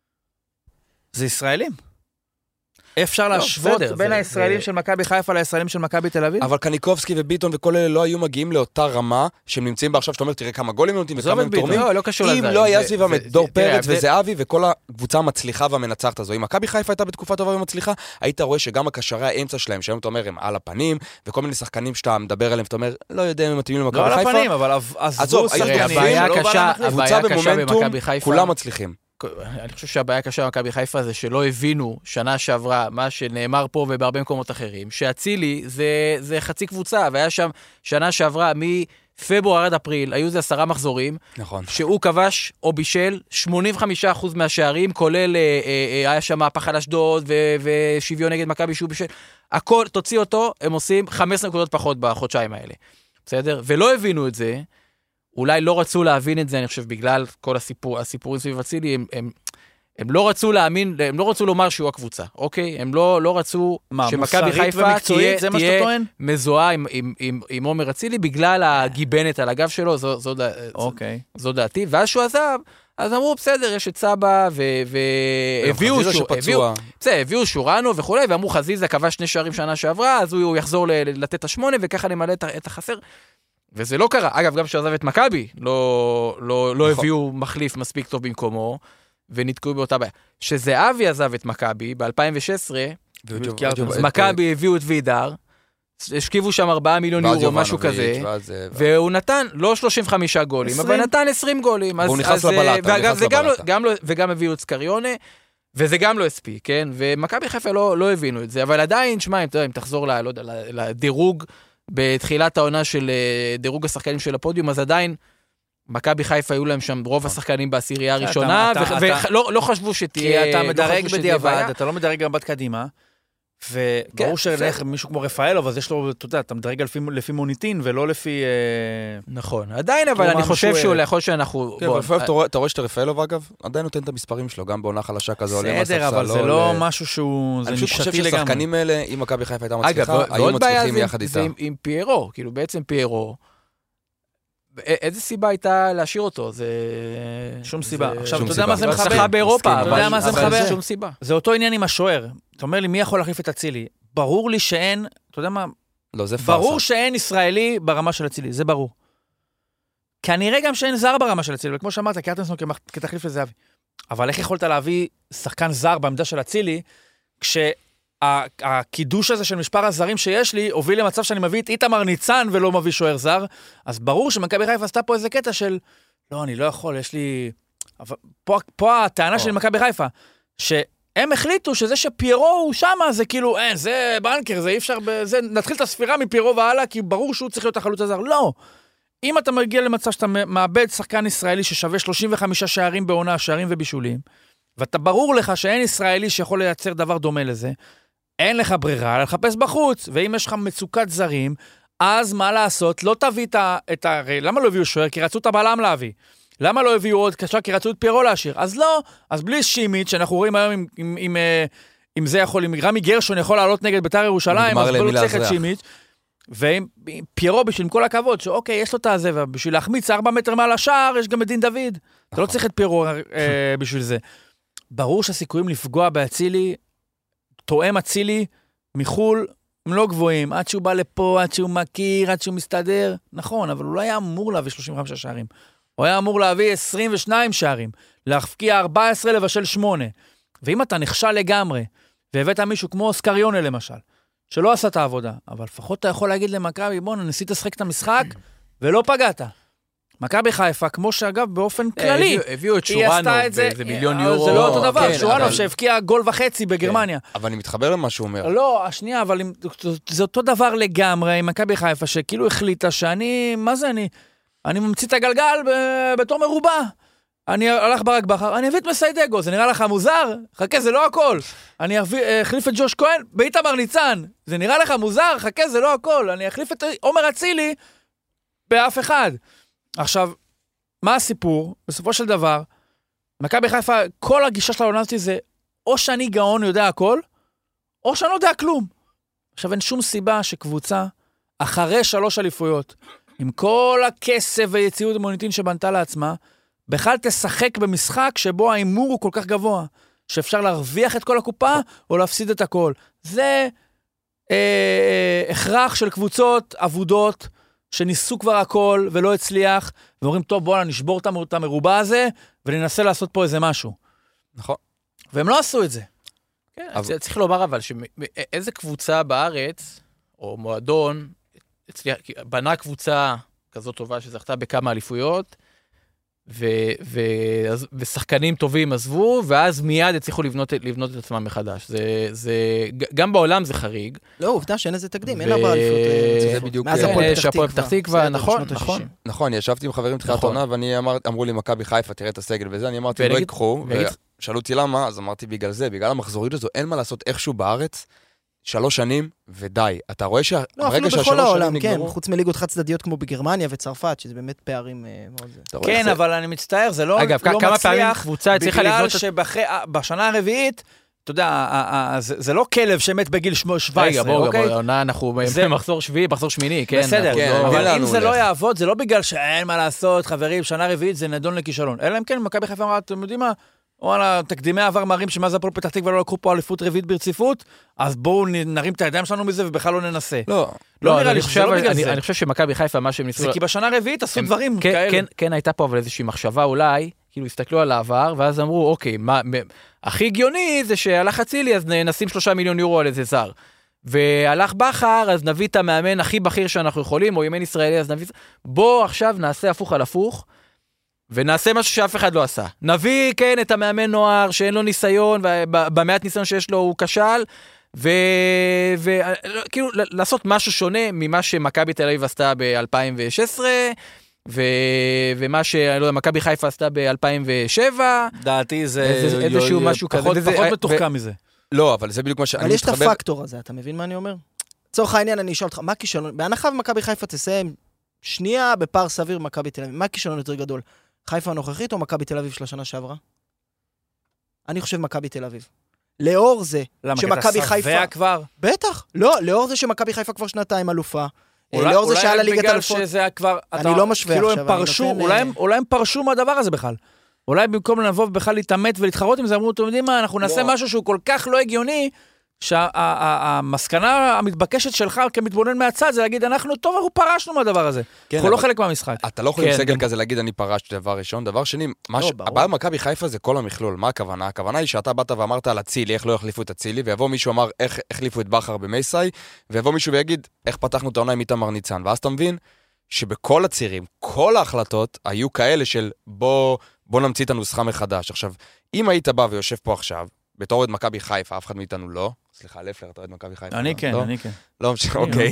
זה ישראלים. אפשר להשוות בין הישראלים של מכבי חיפה לישראלים של מכבי תל אביב? אבל קניקובסקי וביטון וכל אלה לא היו מגיעים לאותה רמה שהם נמצאים בה עכשיו, שאתה אומר, תראה כמה גולים נותנים וכמה הם תורמים. אם לא היה סביבם את דור פרץ וזהבי וכל הקבוצה המצליחה והמנצחת הזו. אם מכבי חיפה הייתה בתקופה טובה ומצליחה, היית רואה שגם הקשרי האמצע שלהם, שהיום אתה אומר, הם על הפנים, וכל מיני שחקנים שאתה מדבר עליהם, אתה אומר, לא יודע אם הם מתאימים למכבי חיפה. לא על הפנים, אבל עזבו שחקנים, קבוצה במומנטום, כולם מצליחים. אני חושב שהבעיה הקשה במכבי חיפה זה שלא הבינו שנה שעברה מה שנאמר פה ובהרבה מקומות אחרים, שהצילי זה, זה חצי קבוצה, והיה שם שנה שעברה מפברואר עד אפריל, היו זה עשרה מחזורים, נכון. שהוא כבש או בישל שמונים וחמישה אחוז מהשערים, כולל אה, אה, היה שם מהפך על אשדוד ו- ושוויון נגד מכבי שהוא בישל, הכל, תוציא אותו, הם עושים חמש עשרה נקודות פחות בחודשיים האלה, בסדר? ולא הבינו את זה, אולי לא רצו להבין את זה, אני חושב, בגלל כל הסיפור, הסיפורים סביב אצילי, הם, הם, הם לא רצו להאמין, הם לא רצו לומר שהוא הקבוצה, אוקיי? הם לא, לא רצו שמכבי חיפה תהיה, תהיה מזוהה עם, עם, עם, עם עומר אצילי, בגלל הגיבנת על הגב שלו, זו, זו, אוקיי. זו, זו דעתי. ואז שהוא עזב, אז אמרו, בסדר, יש את סבא, והביאו הביאו שורנו וכו', ואמרו, חזיזה קבע שני שערים שנה שעברה, אז הוא יחזור לתת את השמונה, וככה נמלא את החסר. וזה לא קרה. אגב, גם שעזב את מכבי, לא, לא, לא הביאו מחליף מספיק טוב במקומו, ונתקעו באותה בעיה. שזהבי עזב את מכבי ב-אלפיים ושש עשרה, מכבי הביאו את וידר, השכיבו שם ארבעה מיליון יורו, משהו כזה, והוא נתן לא שלושים וחמישה גולים, אבל נתן עשרים גולים. והוא נכנס לבלטה. וגם הביאו את סקריונה, וזה גם לא הספיק, כן? ומכבי חיפה לא הבינו את זה, אבל עדיין, שמע, אם תחזור לדירוג, בתחילת העונה של דירוג השחקנים של הפודיום, אז עדיין מכבי חיפה היו להם שם רוב השחקנים בעשירייה הראשונה, ולא חשבו שתהיה... כי אתה מדרג בדיעבד, אתה לא מדרג רבת קדימה, וברור שלך מישהו כמו רפאלוב, אז יש לו, אתה יודע, אתה מדרג לפי מוניטין, ולא לפי... נכון, עדיין, אבל אני חושב שאולי יכול שאנחנו... כן, אבל אתה רואה שאתה רפאלוב, אגב, עדיין נותן את המספרים שלו, גם בעונה חלשה כזו, בסדר, אבל זה לא משהו שהוא... אני פשוט חושב שהשחקנים האלה, אם מכבי חיפה הייתה מצליחה, היו מצליחים יחד איתה. עם פיירו, כאילו בעצם פיירו, איזה סיבה הייתה להשאיר אותו? זה... שום סיבה. זה... עכשיו, שום אתה יודע סיבה. מה זה הצלחה מחבר? באירופה, אתה יודע מה זה אבל מחבר? שום סיבה. זה אותו עניין עם השוער. אתה אומר לי, מי יכול להחליף את אצילי? ברור לי שאין, אתה יודע מה? לא, זה פרסה. ברור שאין ישראלי ברמה של אצילי, זה ברור. כנראה גם שאין זר ברמה של אצילי, וכמו שאמרת, קרטנסון כתחליף לזהבי. אבל איך יכולת להביא שחקן זר בעמדה של אצילי, כשהקידוש הזה של משפר הזרים שיש לי, הוביל למצב שאני מביא את איתמר ניצן ולא מביא שוער זר, אז ברור שמכבי חיפה עשתה פה איזה קטע של, לא, אני לא יכול, יש לי... אבל פה, פה הטענה של מכבי חיפה, שהם החליטו שזה שפיירו הוא שמה, זה כאילו, אין, זה בנקר, זה אי אפשר, זה, נתחיל את הספירה מפיירו והלאה, כי ברור שהוא צריך להיות החלוץ הזר. לא. אם אתה מגיע למצב שאתה מאבד שחקן ישראלי ששווה שלושים וחמישה שערים בעונה, שערים ובישולים, ואתה ברור לך שאין ישראלי שיכול לייצר דבר דומה לזה, אין לך ברירה, לחפש בחוץ, ואם יש לך מצוקת זרים, אז מה לעשות? לא תביא את ה... למה לא הביאו שוער? כי רצו את הבלם להביא. למה לא הביאו עוד קשר? כי רצו את פיירו להשאיר. אז לא, אז בלי שימיץ' שאנחנו רואים היום עם, עם, עם, עם זה יכול, עם רמי גרשון יכול לעלות נגד בית"ר ירושלים, אז בואו צריך את שימיץ'. ועם פיירו, בשביל כל הכבוד, שאוקיי, יש לו את הזה, ובשביל להחמיץ ארבע מטר מעל השער, יש גם את דין דוד. אתה לא צריך את פיירו אה, בשביל זה. ברור שהסיכויים לפגוע באצילי, תואם אצילי מחול, הם לא גבוהים, עד שהוא בא לפה, עד שהוא מכיר, עד שהוא מסתדר. נכון, אבל הוא לא היה אמור להביא שלושים וחמישה שערים. הוא היה אמור להביא עשרים ושניים שערים, להפקיע ארבע עשרה לבשל שמונה. ואם אתה נכשל לגמרי, והבאת מישהו כמו אוסקר יונה למשל, שלא עשה את העבודה, אבל לפחות אתה יכול להגיד למכבי, בוא, ניסית לשחק את המשחק, ולא פגעת. מכבי חיפה, כמו שאגב, באופן כללי, הביאו את שורנוב באיזה מיליון יורו. זה לא אותו דבר, שורנוב שהבקיע גול וחצי בגרמניה. אבל אני מתחבר למה שהוא אומר. לא, השנייה, אבל זה אותו דבר לגמרי עם מכבי חיפה, שכאילו החליטה שאני, מה זה אני? אני ממציא את הגלגל בתור מרובע. אני הלך ברק בחר, אני אביא את מסיידגו, זה נראה לך מוזר? חכה, זה לא הכל. אני אחליף את ג'וש כהן, באיתמר ניצן. זה נראה לך מוזר? חכה, זה לא הכל. אני אחליף את עומר אצילי באף אחד. עכשיו, מה הסיפור? בסופו של דבר, מכבי חיפה, כל הגישה של העונה הזאת זה, או שאני גאון יודע הכל, או שאני לא יודע כלום. עכשיו, אין שום סיבה שקבוצה, אחרי שלוש אליפויות, עם כל הכסף ויציאות המוניטין שבנתה לעצמה, בכלל תשחק במשחק שבו האימור הוא כל כך גבוה, שאפשר להרוויח את כל הקופה, או להפסיד את הכל. זה אה, הכרח של קבוצות עבודות, שניסו כבר הכל ולא הצליח, ואומרים, טוב, בואו נשבור את המרובע הזה, וננסה לעשות פה איזה משהו. נכון. והם לא עשו את זה. כן, אבל... צריך לומר אבל, שאיזה קבוצה בארץ, או מועדון, הצליח, בנה קבוצה כזאת טובה שזכתה בכמה אליפויות, ו, ו, ושחקנים טובים עזבו, ואז מיד הצליחו לבנות, לבנות את עצמם מחדש. זה, זה, גם בעולם זה חריג. לא, עובדה שאין איזה תקדים, אין ארבע אליפויות. זה בדיוק. מאז הפועל פתח תקווה, נכון, נכון. נכון, ישבתי עם חברים תחילת העונה, ואני אמרו לי, מכבי חיפה, תראה את הסגל וזה, אני אמרתי, לא יקחו, ושאלו אותי למה, אז אמרתי, בגלל זה, בגלל המחזוריות הזו, אין מה לעשות איכשהו בארץ, שלוש שנים, ודי. אתה רואה שה... לא, אפילו בכל העולם, כן, חוץ מליגות חד צדדיות כמו בגרמניה וצרפת, שזה באמת פערים מאוד... כן, אבל אני מצטער, זה לא מצליח, בגלל שבשנה הרביעית, אתה יודע, זה לא כלב שמת בגיל שבע עשרה, רגע, בואו, בעונה אנחנו במחזור שביעי, מחזור שמיני, כן? בסדר, אבל אם זה לא יעבוד, זה לא בגלל שאין מה לעשות, חברים, שנה רביעית זה נדון לכישלון. אלא אם כן, מכבי חיפה אמרה, אתם יודעים מה? או על התקדימי העבר מראים שמאז הפועל פתח תקווה לא לקחו פה אליפות רביעית ברציפות, אז בואו נרים את הידיים שלנו מזה ובכלל לא ננסה. לא, לא נראה לי שזה לא בגלל זה. אני חושב שמכבי חיפה, מה שהם ניסו... זה כי בשנה רביעית עשו דברים כאלה. כן, הייתה פה אבל איזושהי מחשבה אולי, כאילו הסתכלו על העבר, ואז אמרו, אוקיי, הכי הגיוני זה שהלך אצילי, אז נשים שלושה מיליון יורו על איזה זר. והלך בחר, אז נביא את המאמן הכי בכיר שאנחנו יכולים, או ימין ישראלי, אז נביא... בוא עכשיו נעשה הפוך על הפוך, ונעשה משהו שאף אחד לא עשה. נביא, כן, את המאמן נוער, שאין לו ניסיון, ובמעט ניסיון שיש לו הוא כשל, וכאילו, לעשות משהו שונה ממה שמכבי תל אביב עשתה ב-אלפיים ושש עשרה, ומה שמכבי חיפה עשתה ב-אלפיים ושבע. דעתי זה איזשהו משהו כזה. פחות מתוחכם מזה. לא, אבל זה בדיוק מה שאני מתחבר. אבל יש את הפקטור הזה, אתה מבין מה אני אומר? לצורך העניין, אני אשאל אותך, מה כישלון? בהנחה ומכבי חיפה תסיים שנייה בפער סביר מכבי תל אביב. מה כישלון יותר גדול? חיפה הנוכחית או מכבי תל אביב של השנה שעברה? אני חושב מכבי תל אביב. לאור זה שמכבי חיפה... למה, כי אתה שבע כבר? בטח. לא, לאור זה שמכבי חיפה כבר שנתיים אלופה, לאור זה שעלה ליגת אלפות. אולי שזה כבר... אני לא משווה כאילו עכשיו. הם פרשו, אולי הם פרשו מהדבר הזה בכלל. אולי במקום לבוא בכלל להתאמת ולהתחרות עם זה, אמרו, אתם יודעים מה, אנחנו נעשה משהו שהוא כל כך לא הגיוני, שהמסקנה המתבקשת שלך כמתבונן מהצד, זה להגיד, אנחנו טוב, אנחנו פרשנו מהדבר הזה. אנחנו לא חלק מהמשחק. אתה לא יכול עם סגל כזה להגיד, אני פרשתי דבר ראשון. דבר שני, הבעיה במכבי חיפה זה כל המכלול. מה הכוונה? הכוונה היא שאתה באת ואמרת על הצילי, איך לא יחליפו את הצילי, ויבוא מישהו אמר, איך החליפו את בכר במייסאי, ויבוא מישהו ויגיד, איך פתחנו את העונה עם איתמר ניצן. ואז אתה מבין שבכל הצירים, כל ההחלטות היו כאלה של בוא, בוא נמציא את הנוסחה מחדש. עכשיו, אם היית בא ויושב פה עכשיו, בתור אוהד מכבי חיפה, אף אחד מאיתנו לא. סליחה, לפלר, אתה אוהד מכבי חיפה. אני כן, אני כן. לא משנה, אוקיי.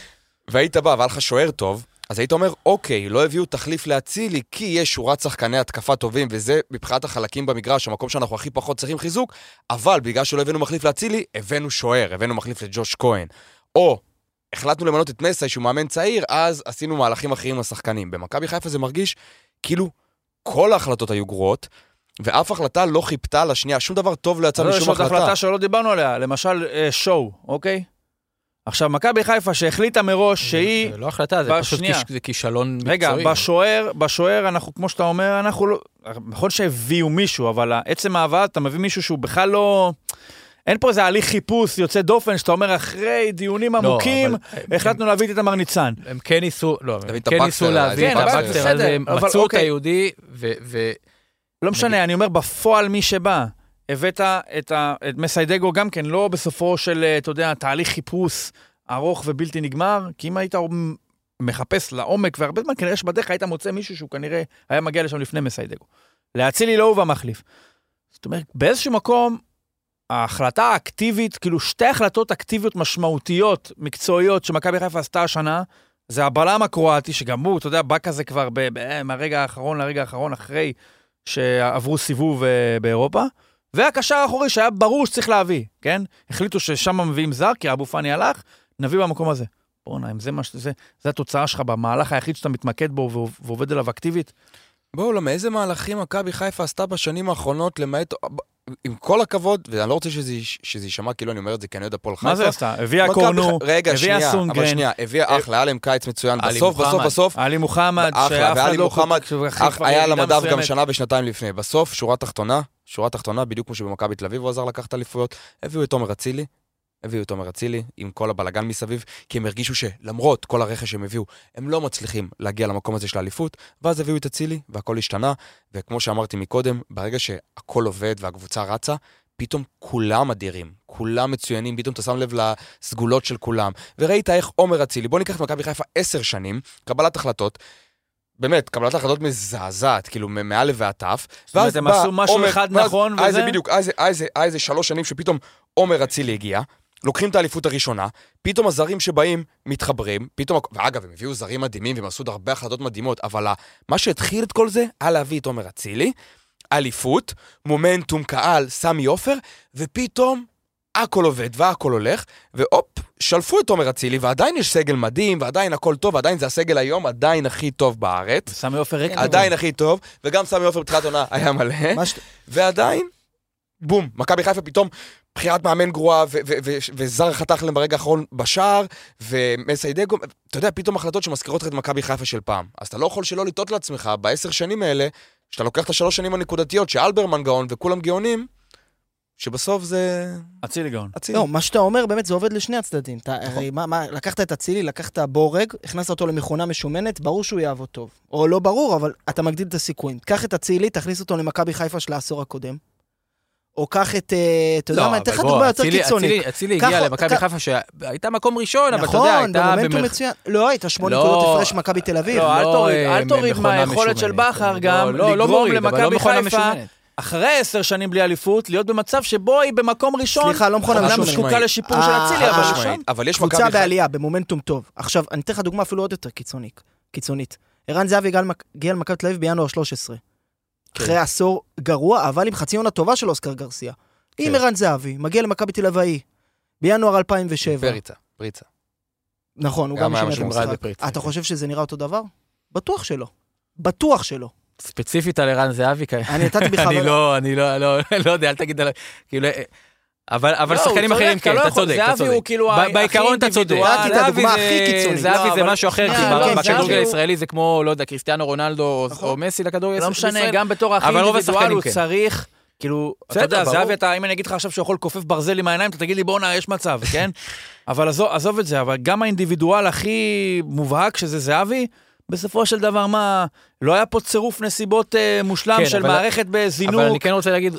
והיית בא, והיה לך שוער טוב, אז היית אומר, אוקיי, לא הביאו תחליף להצילי, כי יש שורת שחקני התקפה טובים, וזה מבחינת החלקים במגרש, המקום שאנחנו הכי פחות צריכים חיזוק, אבל בגלל שלא הבאנו מחליף להצילי, הבאנו שוער, הבאנו מחליף לג'וש כהן. או החלטנו למנות את מסי, שהוא מאמן צעיר, אז עשינו מהלכים אחרים לשחקנים. במכבי חיפה זה מרגיש כאילו כל ההחלטות היו גרועות, ואף החלטה לא חיפתה לשנייה, שום דבר טוב לא יצא משום החלטה. יש עוד החלטה שלא דיברנו עליה, למשל שואו, אוקיי? עכשיו, מכבי חיפה שהחליטה מראש שהיא... זה לא החלטה, זה פשוט כישלון מקצועי. רגע, בשוער, בשוער אנחנו, כמו שאתה אומר, אנחנו לא... נכון שהביאו מישהו, אבל עצם העבד, אתה מביא מישהו שהוא בכלל לא... אין פה איזה הליך חיפוש יוצא דופן, שאתה אומר, אחרי דיונים עמוקים, החלטנו להביא את איתמר ניצן. הם כן ניסו, לא, הם כן ניסו להביא את הבקטר הזה, מצאו את היהודי, ו... לא משנה, אני אומר, בפועל מי שבא, הבאת את מסיידגו גם כן, לא בסופו של, אתה יודע, תהליך חיפוש ארוך ובלתי נגמר, כי אם היית מחפש לעומק, והרבה זמן כנראה שבדרך היית מוצא מישהו שהוא כנראה היה מגיע לשם לפני מסיידגו. להצילי לא הובא מחליף. זאת אומרת, באיזשהו מקום, ההחלטה האקטיבית, כאילו שתי החלטות אקטיביות משמעותיות, מקצועיות, שמכבי חיפה עשתה השנה, זה הבלם הקרואטי, שגם הוא, אתה יודע, בא כזה כבר מהרגע האחרון לרגע האחרון, אחרי שעברו סיבוב באירופה, והקשר האחורי שהיה ברור שצריך להביא, כן? החליטו ששם מביאים זר, כי אבו פני הלך, נביא במקום הזה. בואו נעים, זה, זה, זה התוצאה שלך במהלך היחיד שאתה מתמקד בו ועובד עליו אקטיבית. בואו, למה איזה מהלכים מכבי חיפה עשתה בשנים האחרונות, למעט, עם כל הכבוד, ואני לא רוצה שזה, שזה יישמע, כאילו אני אומר את זה, כי אני יודע פול חיפה. מה זה עשתה? הביאה קורנו, רגע, שנייה, אבל שנייה, הביאה אחלה, היה להם קיץ מצוין, בסוף, בסוף, בסוף, עלי מוחמד, אחלה, ועלי מוחמד, היה על המדף גם שנה ושנתיים לפני. בסוף, שורה תחתונה, שורה תחתונה, בדיוק כמו שבמכבי תל אביב הוא עזר לקחת אליפויות, הביאו את תומר אצילי, הביאו את תומר אצילי עם כל הבלגן מסביב, כי הם הרגישו שלמרות כל הרכש שהם הביאו, הם לא מצליחים להגיע למקום הזה של האליפות, ואז הביאו את אצילי, והכל השתנה, וכמו שאמרתי מקודם, ברגע שהכל עובד והקבוצה רצה, פתאום כולם אדירים, כולם מצוינים, פתאום אתה שם לב לסגולות של כולם, וראית איך עומר אצילי, בוא ניקח את מכבי חיפה עשר שנים, קבלת החלטות, באמת, קבלת החלטות מזעזעת, כאילו מעל ועטף, זאת אומרת, הם עשו משהו אחד נכון, וזה... איזה בדיוק, איזה שלוש שנים שפתאום עומר אצילי הגיע, לוקחים את האליפות הראשונה, פתאום הזרים שבאים מתחברים, פתאום, ואגב, הם הביאו זרים מדהימים, והם עשו הרבה החלטות מדהימות, אבל מה שהתחיל את כל זה, היה להביא את עומר אצילי, אליפות, מומנטום קהל, סמי עופר, ופתאום הכל עובד והכל הולך, ואופ, שלפו את עומר אצילי, ועדיין יש סגל מדהים, ועדיין הכל טוב, ועדיין זה הסגל היום, עדיין הכי טוב בארץ. סמי עופר ריק. עדיין הכי טוב, וגם סמי עופר בתחילת עונה היה מלא, ועדיין, בום, מכבי חיפה פתאום בחירת מאמן גרועה, וזר חתך להם ברגע האחרון בשער, ומסיידגו, אתה יודע, פתאום החלטות שמזכירות את מכבי חיפה של פעם. אז אתה לא יכול שלא לטעות לעצמך, בעשר שנים האלה, שאתה לוקח את השלוש שנים הנקודתיות, שאלברמן גאון וכולם גאונים, שבסוף זה... אצילי גאון. לא, מה שאתה אומר, באמת, זה עובד לשני הצדדים. הרי מה, לקחת את אצילי, לקחת בורג, הכנסת אותו למכונה משומנת, ברור שהוא יעבוד טוב. או לא ברור, אבל אתה מגדיל את הסיכויים. קח את אצילי, תכניס אותו למכבי חיפה של העשור הקודם. או קח את, אתה יודע מה, תכף דוגמה יותר קיצונית. אצילי הגיע למכבי חיפה שהייתה מקום ראשון, אבל אתה יודע, הייתה... נכון, במומנטום מצוין. לא, הייתה שמונה נקודות הפרש מכבי תל אביב. לא, אל תוריד מהיכולת של בכר גם, לגרום למכבי חיפה, אחרי עשר שנים בלי אליפות, להיות במצב שבו היא במקום ראשון. סליחה, לא מכונה משומנת. זקוקה לשיפור של אצילי, אבל שם. אבל יש קבוצה בעלייה, במומנטום טוב. עכשיו, אני אתן לך דוגמה אפילו עוד יותר קיצונית. ערן זהבי הגיע למכבי תל אביב בינואר שלוש עשרה. אחרי עשור גרוע, אבל עם חצי עונה טובה של אוסקר גרסיה. אם ערן זהבי מגיע למכבי תל אביב בינואר אלפיים ושבע. פריצה, פריצה. נכון, הוא גם שינה את המשחק. אתה חושב שזה נראה אותו דבר? בטוח שלא. בטוח שלא. ספציפית על ערן זהבי, אני נתתי בכלל... אני לא, אני לא, לא יודע, אל תגיד עליי. כאילו, אבל אבל לא, שחקנים הוא אחרים צודק, כן, אתה לא אתה יכול- צודק, אתה זהבי צודק. הוא כאילו ב- הכי בעיקרון אתה צודק. אינדיבידואל. נתתי את זהבי הדוגמה זה- הכי קיצונית. זהבי לא, זה אבל- משהו אחר, כי שנייה, ב- כן, בכדורגל זהבי הוא- הישראלי זה כמו, לא יודע, קריסטיאנו רונלדו או- נכון. או מסי לכדורגל לא בישראל. משנה, גם בתור הכי אבל רוב אינדיבידואל השחקנים הוא כן. צריך, כאילו, אתה בסדר, יודע, ברור. זהבי, אתה- אם אני אגיד לך עכשיו שהוא יכול לקופף ברזל עם העיניים, אתה תגיד לי, בואנה, יש מצב, כן? אבל עזוב- עזוב את זה, אבל גם האינדיבידואל הכי מובהק, שזה זהבי, בסופו של דבר, מה, לא היה פה צירוף נסיבות אה, מושלם כן, של אבל- מערכת אבל אני בזינוק, כן רוצה להגיד,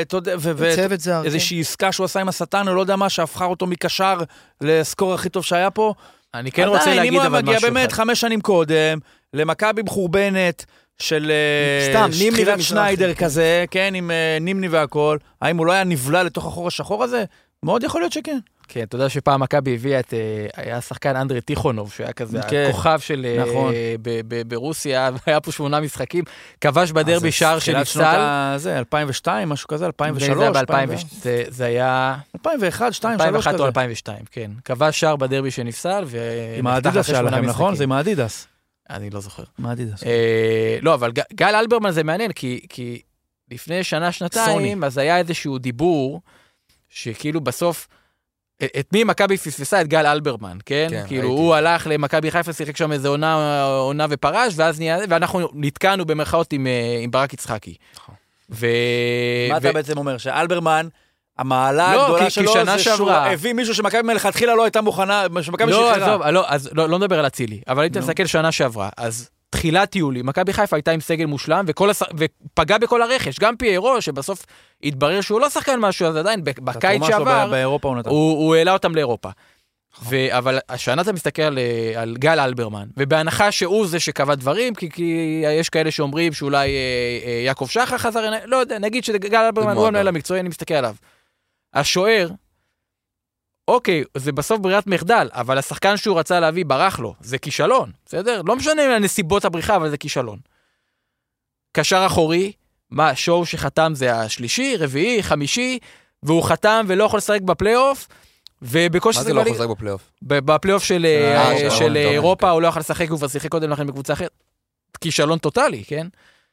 צוות זר. ואיזושהי עסקה שהוא עשה עם השטן, או לא יודע מה, שהפכה אותו מקשר לסקור הכי טוב שהיה פה. אני כן רוצה עדיין, להגיד אם הוא אבל מגיע משהו באמת אחד. חמש שנים קודם, למכבי מחורבנת של אה, סתם, נימני תחילת ומזרחי, שניידר כן. כזה, כן, עם אה, נימני והכל, האם הוא לא היה נבלע לתוך החור השחור הזה? מאוד יכול להיות שכן. כן, אתה יודע שפעם מכבי הביאה את, אה, היה שחקן אנדרי טיכונוב, שהיה כזה כן. הכוכב של אה, נכון. ב- ב- ברוסיה, והיה פה שמונה משחקים, כבש בדרבי שער תחילת שנות שנפסל. ה- זה, אלפיים ושתיים, משהו כזה, אלפיים זה היה ושלוש, ב-אלפיים, אלפיים זה- זה היה אלפיים ואחת, שתיים, אלפיים שלוש ואחת כזה. או אלפיים ושתיים, כן. כבש שער בדרבי שנפסל, ו... עם האדידס שהיה לכם, נכון? זה עם האדידס. אני לא זוכר. עם האדידס. אה, לא, אבל ג- גל אלברמן זה מעניין, כי, כי לפני שנה, סוני. שנתיים, אז היה איזשהו דיבור, שכאילו בסוף, את, את מי מכבי פספסה? את גל אלברמן, כן? כן, כאילו ראיתי. הוא הלך למכבי חיפה, שיחק שם איזה עונה, עונה ופרש, ואז נהיה, ואנחנו נתקענו במרכאות עם, אה, עם ברק יצחקי. ו... מה ו... אתה בעצם אומר? שאלברמן, המעלה לא, הגדולה כי- שלו כי שנה זה שהוא שעברה- הביא מישהו שמכבי מלכתחילה לא הייתה מוכנה, שמכבי לא, שחררה. עזוב, לא, אז לא, לא נדבר על אצילי, אבל אם אתה נו. מסתכל שנה שעברה, אז תחילת יולי, מכבי חיפה הייתה עם סגל מושלם, וכל הש... ופגע בכל הרכש, גם פיירו, שבסוף התברר שהוא לא שחקן משהו, אז עדיין, ב- בקיץ התרומה שלו שעבר, ב- באירופה הוא נתן. הוא, הוא העלה אותם לאירופה. ו... אבל השנה אתה מסתכל על, על גל אלברמן, ובהנחה שהוא זה שקבע דברים, כי, כי יש כאלה שאומרים שאולי אה, אה, יעקב שחר חזר, לא יודע, נגיד שגל אלברמן הוא המנהל המקצועי, אני מסתכל עליו. השוער, אוקיי, זה בסוף ברירת מחדל, אבל השחקן שהוא רצה להביא ברח לו, זה כישלון, בסדר? לא משנה אם הנסיבות הבריחה, אבל זה כישלון. קשר אחורי, מה, שואו שחתם זה השלישי, רביעי, חמישי, והוא חתם ולא יכול לשחק בפלייאוף, ובקושי מה זה לא יכול לשחק בפלייאוף? בפלייאוף של, אה, אה, אוקיי, של אוקיי, אירופה, אוקיי. הוא לא יכול לשחק, הוא כבר שיחק קודם לכן בקבוצה אחרת. כישלון טוטלי, כן?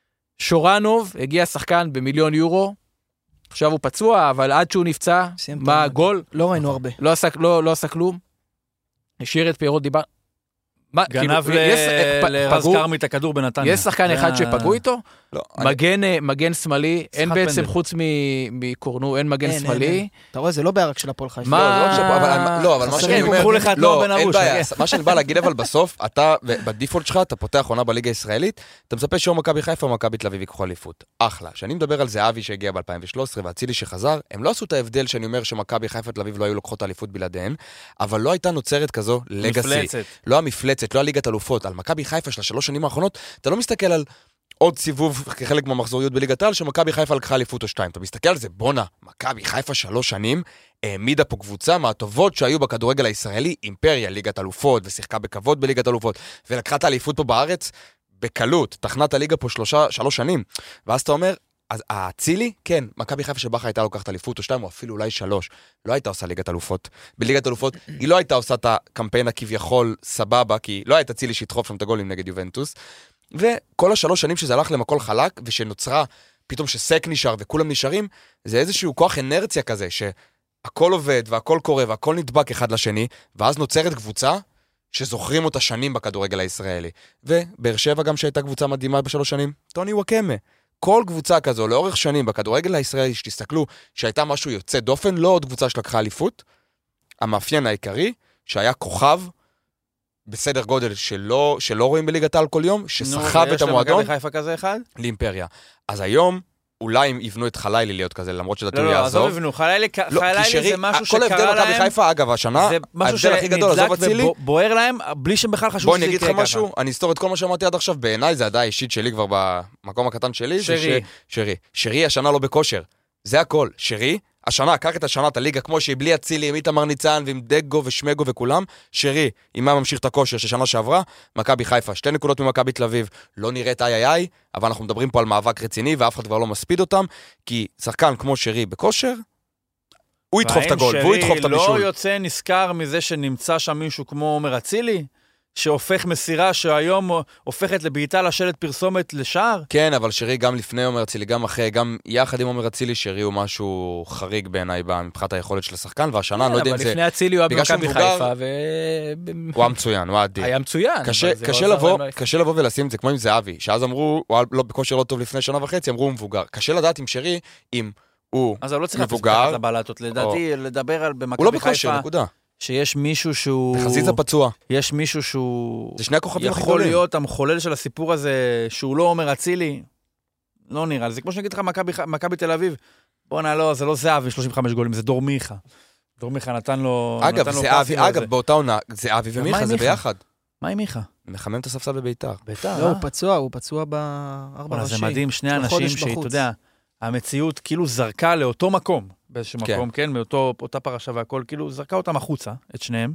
שורנוב, הגיע שחקן במיליון יורו, עכשיו הוא פצוע, אבל עד שהוא נפצע, סיים את מה, העונה. גול? לא ראינו הרבה. לא עשה, לא, לא עשה כלום. השאיר את פיירות דיבר. מה, גנב כאילו, יש- ל- פ- לרז פגעו- כרמי את הכדור בנתניה. יש שחקן זה אחד ה- שפגעו איתו, לא, אני- מגן, אה, מגן שמאלי, אין שיחת בעצם פנדל. חוץ מ- מקורנו, אין מגן אין, אין, שמאלי. אין. אתה רואה, זה לא בערק של הפועל חיפה. מה- לא, לא עכשיו, אבל- לא, אבל מה חסרים, שאני הם אומר... קחו לך את נועם בן לא, אין ארוש, בעיה. כן. מה שאני בא להגיד, אבל בסוף, אתה, בדיפולט שלך, אתה פותח עונה בליגה הישראלית, אתה מצפה שאו מכבי חיפה או מכבי תל אביב ייקחו אליפות. אחלה. כשאני מדבר על זהבי שהגיע ב-אלפיים ושלוש עשרה ואצילי שחזר, הם לא עשו את ההבדל שאני אומר שמכבי חיפה תל אביב לא היו לוקחות האליפות בלעדיהן, אבל לא הייתה נוצרת כזו לגאסי. מפלצת. לא המפלצת, לא הליגת אלופות. על מכבי חיפה של השלוש שנים האחרונות, אתה לא מסתכל על עוד סיבוב כחלק מהמחזוריות בליגת העל, שמכבי חיפה לקחה אליפות או שתיים. אתה מסתכל על זה, בונה, מכבי חיפה שלוש שנים, העמידה פה קבוצה מהטובות שהיו בכדורגל הישראלי, אימפריה, ליגת אלופות, ושיחקה בכבוד בליגת אלופות, ולקחה את האליפות פה בארץ בקלות, תחנת הליגה פה שלושה, שלוש שנים. ואז אתה אומר, אז האצילי, כן, מכבי חיפה שבחה הייתה לוקחת אליפות או שתיים, או אפילו אולי שלוש, לא הייתה עושה ליגת אלופות. בליגת אלופות, היא לא הייתה עושה את הקמפיין הכביכול סבבה, כי לא הייתה אצילי שידחוף שם את הגולים נגד יובנטוס. וכל השלוש שנים שזה הלך למקול חלק, ושנוצרה, פתאום שסק נשאר וכולם נשארים, זה איזשהו כוח אנרציה כזה, שהכל עובד והכל קורה והכל נדבק אחד לשני, ואז נוצרת קבוצה שזוכרים אותה שנים בכדורגל הישראלי. ובאר שבע גם שהייתה קבוצה מדהימה בשלוש שנים, טוני וואקמה. כל קבוצה כזו לאורך שנים בכדורגל הישראלי, שתסתכלו שהייתה משהו יוצא דופן, לא עוד קבוצה שלקחה אליפות, המאפיין העיקרי, שהיה כוכב, בסדר גודל שלא, שלא רואים בליגת העל כל יום, שסחב את המועדון יש למכבי חיפה כזה אחד? לאימפריה. אז היום, אולי הם יבנו את חלילי להיות כזה, למרות שדעתי לא, הוא לא, עזוב יעזוב. יבנו, חלילי לא, חלילי כי שרי, זה משהו כל ההבדל שקרה מכבי להם, חיפה, אגב, השנה, זה משהו ההבדל הכי גדול, עזוב אצילי. שנדלק ובוער להם, בלי שהם בכלל חשוב בוא שזה אני אגיד לך יקרה משהו, אני אסתור את כל מה שאמרתי עד עכשיו, בעיניי זה הדעה האישית שלי כבר במקום הקטן שלי. זה שרי. ש- שרי. שרי השנה לא בכושר. זה הכל. שרי, השנה, קח את השנה, את הליגה כמו שהיא בלי אצילי, עם איתמר ניצן ועם דגו ושמגו וכולם. שרי, עם מה ממשיך את הכושר ששנה שעברה, מכבי חיפה, שתי נקודות ממכבי תל אביב, לא נראית איי איי איי, אבל אנחנו מדברים פה על מאבק רציני, ואף אחד כבר לא מספיד אותם, כי שחקן כמו שרי בכושר, הוא ידחוף את הגול, והוא ידחוף את והאם הבישול. שרי לא יוצא נזכר מזה שנמצא שם מישהו כמו עומר אצילי, שהופך מסירה שהיום הופכת לבעיטה לשלט פרסומת לשער? כן, אבל שרי גם לפני עומר אצילי, גם אחרי, גם יחד עם עומר אצילי, שרי הוא משהו חריג בעיניי מבחינת היכולת של השחקן, והשנה אני לא יודע אם זה... אבל לפני אצילי הוא היה במכבי חיפה, ו... הוא היה מצוין, הוא היה עדין. היה מצוין. קשה לבוא ולשים את זה כמו עם זהבי, שאז אמרו, הוא היה בכושר לא טוב לפני שנה וחצי, אמרו הוא מבוגר. קשה לדעת עם שרי, אם הוא מבוגר... אז הוא לא צריך לפתח את הבעלתות, לדעתי, לדבר על במכבי חיפה... הוא לא בכושר, נקודה. שיש מישהו שהוא... בחזית הפצוע. יש מישהו שהוא... זה שני הכוכבים הכי יכול גדולים. להיות המחולל של הסיפור הזה, שהוא לא עומר אצילי, לא נראה. זה כמו שאני אגיד לך, מכבי תל אביב, בוא נעלו, זה לא זהבי, שלושים וחמישה גולים, זה דור מיכה. דור מיכה נתן לו... אגב, אגב, באותה עונה, זהבי ומיכה זה ביחד. מה עם מיכה? מחמם את הספסל בביתר. ביתר, לא, הוא פצוע, הוא פצוע בארבע ראשי. זה מדהים, שני אנשים שאתה יודע, המציאות כאילו זרקה לאותו מקום, באיזשהו מקום, כן, מאותה פרשה והכל, כאילו זרקה אותם החוצה, את שניהם.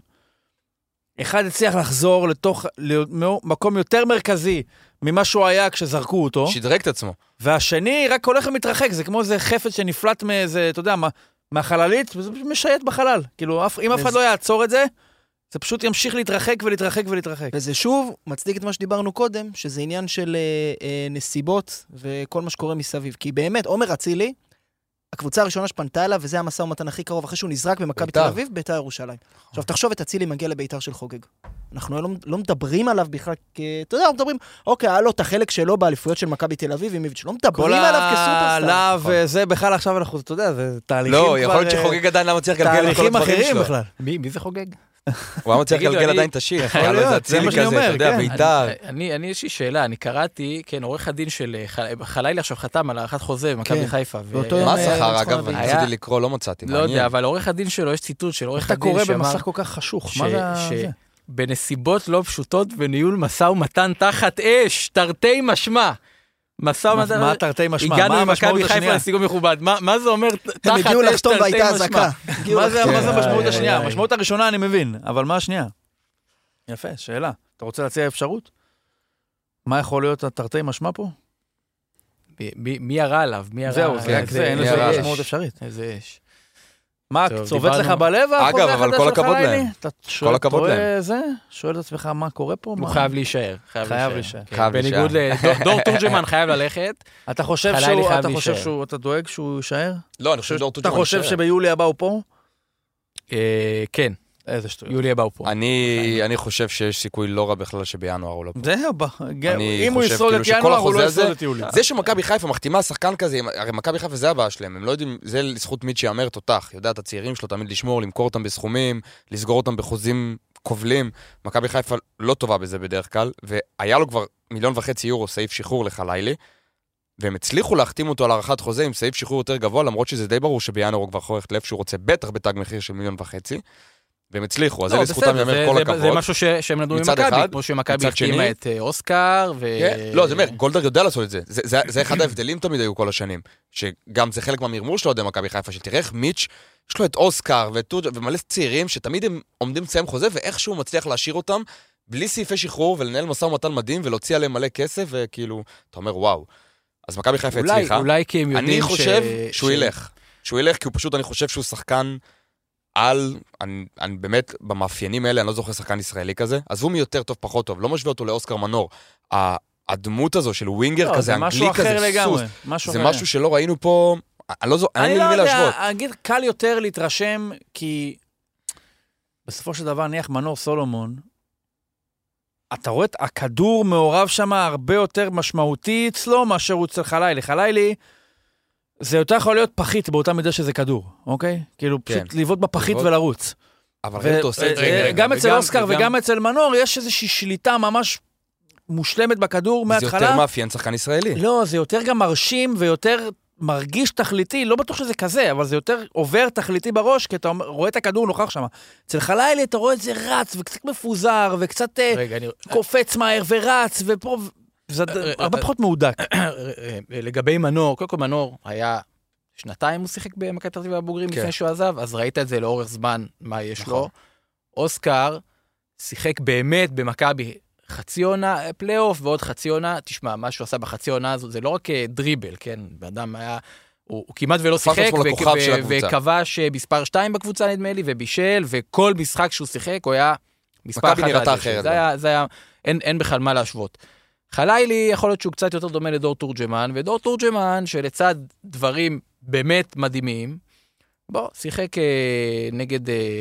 אחד הצליח לחזור לתוך מקום יותר מרכזי ממה שהוא היה כשזרקו אותו. שדרג את עצמו. והשני רק הולך ומתרחק, זה כמו איזה חפץ שנפלט מאיזה, אתה יודע, מהחללית, וזה משייט בחלל. כאילו, אם אף אחד לא יעצור את זה, זה פשוט ימשיך להתרחק ולהתרחק ולהתרחק. וזה שוב מצדיק את מה שדיברנו קודם, שזה עניין של אה, אה, נסיבות וכל מה שקורה מסביב. כי באמת, עומר אצילי, הקבוצה הראשונה שפנתה אליו, וזה המסע ומתן הכי קרוב, אחרי שהוא נזרק במכבי תל אביב, ביתר ירושלים. עכשיו, תחשוב את אצילי מגיע לביתר של חוגג. אנחנו לא, לא מדברים עליו בכלל, כי, אתה יודע, אנחנו מדברים, אוקיי, היה לו את החלק שלו באליפויות של מכבי תל אביב, עם איביץ', לא מדברים עליו כסופרסטאר. כל הלאו וזה בכלל עכשיו אנחנו, אתה יודע, זה תהליכים לא, יכול להיות שחוגג עדיין לא מצליח גלגל תהליכים אחרים בכלל. מי זה חוגג? הוא היה מצליח גלגל עדיין את השיר. זה מה שאני אומר, אני, יש לי שאלה, אני קראתי, כן, עורך הדין של חלילי עכשיו חתם על הארכת חוזה במכבי חיפה. מה השכר, אגב, אני רציתי לקרוא, לא מצאתי. לא יודע, אבל עורך הדין שלו, יש ציטוט של עורך הדין שאמר... אתה קורא במסך כל כך חשוך, מה זה? בנסיבות לא פשוטות וניהול משא ומתן תחת אש, תרתי משמע. משא ומתן... מה תרתי משמע? הגענו עם מכבי חיפה לסיגום מכובד. מה זה אומר תחת הם הגיעו אש, לחתום תרתי והייתה משמע? הזקה. מה זה המשמעות השנייה? המשמעות הראשונה אני מבין, אבל מה השנייה? יפה, שאלה. אתה רוצה להציע אפשרות? מה יכול להיות התרתי משמע פה? מי ירה עליו? זהו, זה אין לזה משמעות אפשרית. איזה אש. מה, צובט לך בלב? אגב, אבל כל הכבוד להם. כל הכבוד להם. שואל את עצמך מה קורה פה? הוא חייב להישאר. חייב להישאר. בניגוד לדור תורג'מן חייב ללכת. אתה חושב שהוא, אתה חושב שהוא, אתה דואג שהוא יישאר? לא, אני חושב שדור תורג'מן יישאר. אתה חושב שביולי הבא הוא פה? כן. איזה שטויות. יולי הבא הוא פה. אני חושב שיש סיכוי לא רע בכלל שבינואר הוא לא פה. זהו, אם הוא ישרוד את ינואר, הוא לא ישרוד את יולי. זה שמכבי חיפה מחתימה שחקן כזה, הרי מכבי חיפה זה הבעיה שלהם, הם לא יודעים, זה לזכות מיץ' שיאמר תותח, יודע את הצעירים שלו תמיד לשמור, למכור אותם בסכומים, לסגור אותם בחוזים כובלים. מכבי חיפה לא טובה בזה בדרך כלל, והיה לו כבר מיליון וחצי יורו סעיף שחרור לחלילי, והם הצליחו להחתים אותו על הערכת חוזה עם סעיף שחרור יותר גבוה, למרות שזה די ברור שבינואר הוא כבר חורך לב שהוא רוצה בטח בתג מחיר של מיליון וחצי. והם הצליחו, אז זה לזכותם יאמר כל הכבוד. זה משהו שהם נדעו ממכבי, כמו שמכבי החתימה את אוסקר, ו... לא, זה אומר, גולדברג יודע לעשות את זה. זה אחד ההבדלים תמיד היו כל השנים, שגם זה חלק מהמרמור שלו עד מכבי חיפה, שתראה איך מיץ' יש לו את אוסקר ומלא צעירים, שתמיד הם עומדים לסיים חוזה, ואיכשהו מצליח להשאיר אותם, בלי סעיפי שחרור, ולנהל משא ומתן מדהים, ולהוציא עליהם מלא כסף, וכאילו, אתה אומר, וואו. אז מכבי חיפה הצליחה. אולי כי הם יודעים אני חושב שהוא ילך. שהוא ילך, כי הוא פשוט, אני חושב שהוא שחקן על, אני, אני באמת, במאפיינים האלה, אני לא זוכר שחקן ישראלי כזה, עזבו מי יותר טוב, פחות טוב, לא משווה אותו לאוסקר מנור. הדמות הזו של ווינגר כזה, אנגלי כזה, סוס, זה משהו שלא ראינו פה, אני לא זוכר, אני לא יודע, אגיד, קל יותר להתרשם, כי בסופו של דבר, נניח מנור סולומון, אתה רואה את הכדור מעורב שם הרבה יותר משמעותי אצלו, מאשר הוא אצל חלילי. חלילי, זה יותר יכול להיות פחית באותה מידה שזה כדור, אוקיי? כאילו פשוט לבעוט בפחית ולרוץ. אבל אתה עושה את זה. גם אצל אוסקר וגם אצל מנור יש איזושהי שליטה ממש מושלמת בכדור מההתחלה. זה יותר מאפיין שחקן ישראלי. לא, זה יותר גם מרשים ויותר מרגיש תכליתי, לא בטוח שזה כזה, אבל זה יותר עובר תכליתי בראש, כי אתה רואה את הכדור נוכח שם. אצל חלילי אתה רואה את זה רץ וקצת מפוזר וקצת קופץ מהר ורץ ופה... זה הרבה פחות מהודק. לגבי מנור, קודם כל מנור היה שנתיים הוא שיחק במכבי תל אביב הבוגרים לפני שהוא עזב, אז ראית את זה לאורך זמן, מה יש לו. אוסקר שיחק באמת במכבי חצי עונה, פלייאוף ועוד חצי עונה, תשמע, מה שהוא עשה בחצי עונה הזו, זה לא רק דריבל, כן? באדם היה, הוא כמעט ולא שיחק, וכבש מספר שתיים בקבוצה נדמה לי, ובישל, וכל משחק שהוא שיחק הוא היה מספר אחת על הדשא. זה היה, זה היה, אין, אין בכלל מה להשוות. חלילי יכול להיות שהוא קצת יותר דומה לדור תורג'מן, ודור תורג'מן שלצד דברים באמת מדהימים, בוא, שיחק נגד,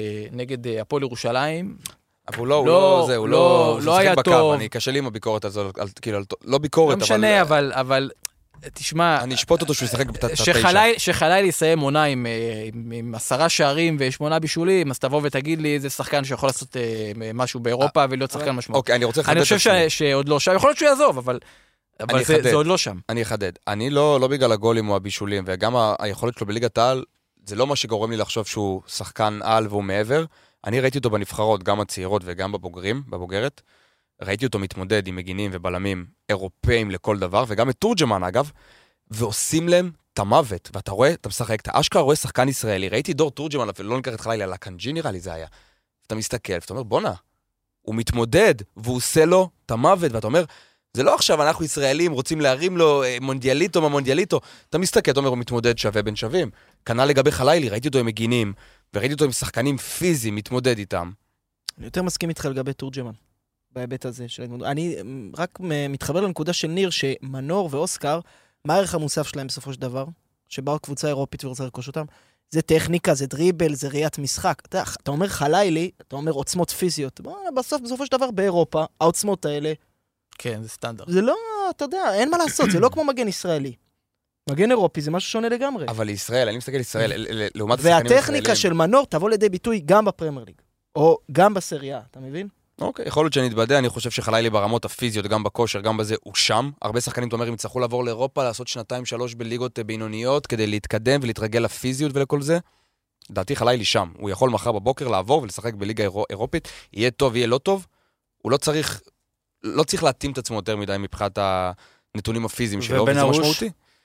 נגד הפועל ירושלים. אבל הוא לא, הוא לא, זה, הוא לא, הוא שיחק בקו, אני קשה לי עם הביקורת הזו, כאילו, לא ביקורת, אבל... לא משנה, אבל, אבל, תשמע... אני אשפוט אותו שהוא ישחק בתשע. שחלילי יסיים עונה עם, עם, עם עשרה שערים ושמונה בישולים, אז תבוא ותגיד לי איזה שחקן שיכול לעשות משהו באירופה ולהיות שחקן משמעות. אוקיי, אני רוצה לחדד את עצמי. אני חושב שעוד לא שם, יכול להיות שהוא יעזוב, אבל... אבל זה, זה עוד לא שם. אני אחדד. אני לא, לא בגלל הגולים או הבישולים, וגם היכולת שלו בליגת העל, זה לא מה שגורם לי לחשוב שהוא שחקן על והוא מעבר. אני ראיתי אותו בנבחרות, גם הצעירות וגם בבוגרים, בבוגרת. ראיתי אותו מתמודד עם מגינים ובלמים אירופאים לכל דבר, וגם את תורג'מן אגב, ועושים להם את המוות. ואתה רואה, אתה משחק, אתה אשכרה רואה שחקן ישראלי. ראיתי דור תורג'מן, אפילו לא נקרא את חלילה, אלא קנג'י נראה לי זה היה. ואתה מסתכל, ואתה אומר, בונה, הוא מתמודד, והוא עושה לו את המוות, ואתה אומר, זה לא עכשיו, אנחנו ישראלים, רוצים להרים לו מונדיאליטו, מה מונדיאליטו. אתה מסתכל, אתה אומר, הוא מתמודד שווה בין שווים. כנ"ל לגבי חלילי, ראיתי אותו עם מגינים, וראיתי אותו עם שחקנים פיזיים, מתמודד איתם. אני יותר מסכים איתך לגבי תורג'מן, בהיבט הזה. אני רק מתחבר לנקודה של ניר, שמנור ואוסקר, מה הערך המוסף שלהם בסופו של דבר? שבאו קבוצה אירופית ורוצה לרכוש אותם? זה טכניקה, זה דריבל, זה ראיית משחק. אתה, אתה אומר חלילי, אתה אומר עוצמות פיזיות. בסוף, בסופו של דבר, באירופה, העוצמות האלה, כן, זה סטנדרט. זה לא, אתה יודע, אין מה לעשות, זה לא כמו מגן ישראלי. מגן אירופי זה משהו שונה לגמרי. אבל לישראל, אני מסתכל לישראל, לעומת השחקנים הישראלים. והטכניקה של מנור תבוא לידי ביטוי גם בפרמייר ליג, או גם בסריה, אתה מבין? אוקיי, יכול להיות שאני אתבדע, אני חושב שחלילי ברמות הפיזיות, גם בכושר, גם בזה, הוא שם. הרבה שחקנים, אתה אומר, הם יצטרכו לעבור לאירופה, לעשות שנתיים, שלוש בליגות בינוניות, כדי להתקדם ולהתרגל לפיזיות ולכל זה. דעתי חלילי שם. הוא יכול מחר בבוקר לעבור ולשחק בליגה אירופית. יהיה טוב, יהיה לא טוב. הוא לא צריך, לא צריך להתאים את עצמו יותר מדי מבחינת הנתונים הפיזיים שלו, וזה משמעותי.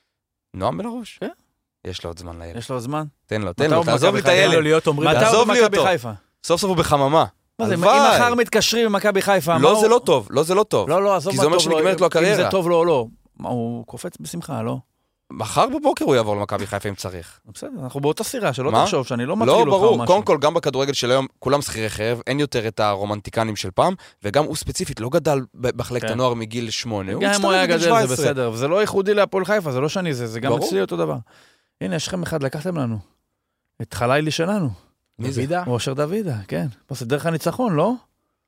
נועם בן הראש? כן. יש לו עוד זמן לילד. יש לו עוד זמן? תן לו, תן לו, תעזוב לי את הילד. תעזוב לי אותו. סוף סוף הוא בחממה. מה זה, אם מחר מתקשרים במכבי חיפה, לא, זה לא טוב, לא, זה לא טוב. לא, לא, עזוב מה טוב לו. כי זה אומר שנגמרת לו הקריירה. אם זה טוב לו או לא. הוא קופץ בשמחה, לא? מחר בבוקר הוא יעבור למכבי חיפה אם צריך. בסדר, אנחנו באותה סירה, שלא תחשוב שאני לא מטריל אותך או משהו. לא, ברור, קודם כל, גם בכדורגל של היום, כולם שכירי חרב, אין יותר את הרומנטיקנים של פעם, וגם הוא ספציפית לא גדל בחלקת הנוער מגיל שמונה. גם אם הוא היה גדל, זה בסדר. וזה לא ייחודי להפועל חיפה, זה לא שאני זה, זה גם אצלי אותו דבר. הנה, יש לכם אחד, לקחתם לנו. את חלילי שלנו. מי זה? אושר דוידה, כן. פה זה דרך הניצחון, לא?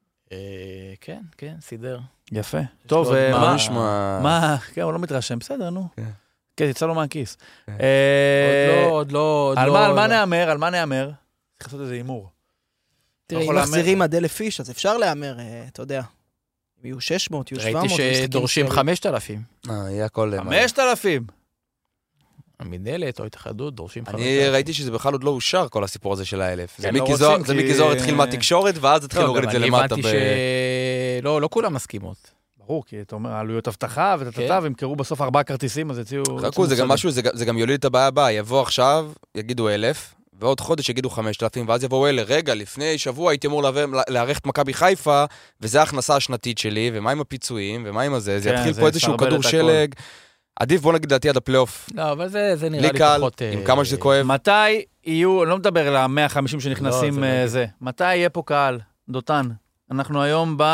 כן, כן, סידר. יפה. טוב, מה נשמע? מה? כן, הוא לא מתרשם, בסדר, נו. כן, יצא לו מהכיס. עוד לא, עוד לא, עוד לא. על מה נאמר? על מה נאמר? צריך לעשות איזה אימור. תראה, אם מחזירים עד אלף איש, אז אפשר לאמר, אתה יודע. יהיו שש מאות, יהיו שבע מאות. ראיתי שדורשים חמשת אלפים. אה, יהיה הכל... חמשת אלפים? המדלת או התאחדות, דורשים חמשת אלפים. אני ראיתי שזה בכלל עוד לא אושר, כל הסיפור הזה של האלף. זה מיקי זוהר התחיל מהתקשורת, ואז התחיל להוריד את זה למטה. אני הבנתי שלא כולם מסכימות. ברור, כי אתה אומר, עלויות הבטחה ותתתה, ומקראו בסוף ארבעה כרטיסים, אז יציעו... חכו, זה גם משהו, זה גם יוליד את הבעיה הבאה. יבוא עכשיו, יגידו אלף, ועוד חודש יגידו חמשת אלפים, ואז יבואו אלה, רגע, לפני שבוע הייתי אמור להערך את מכבי חיפה, וזה ההכנסה השנתית שלי, ומה עם הפיצויים, ומה עם הזה, זה יתחיל פה איזשהו כדור שלג. עדיף, בוא נגיד דעתי עד הפלייאוף. לא, אבל זה נראה לי פחות... עם כמה שזה כואב. מתי יהיו, אני לא מדבר על ה-מאה וחמישים שנכנסים זה, מתי יהיה פה קהל, דותן? אנחנו היום ב...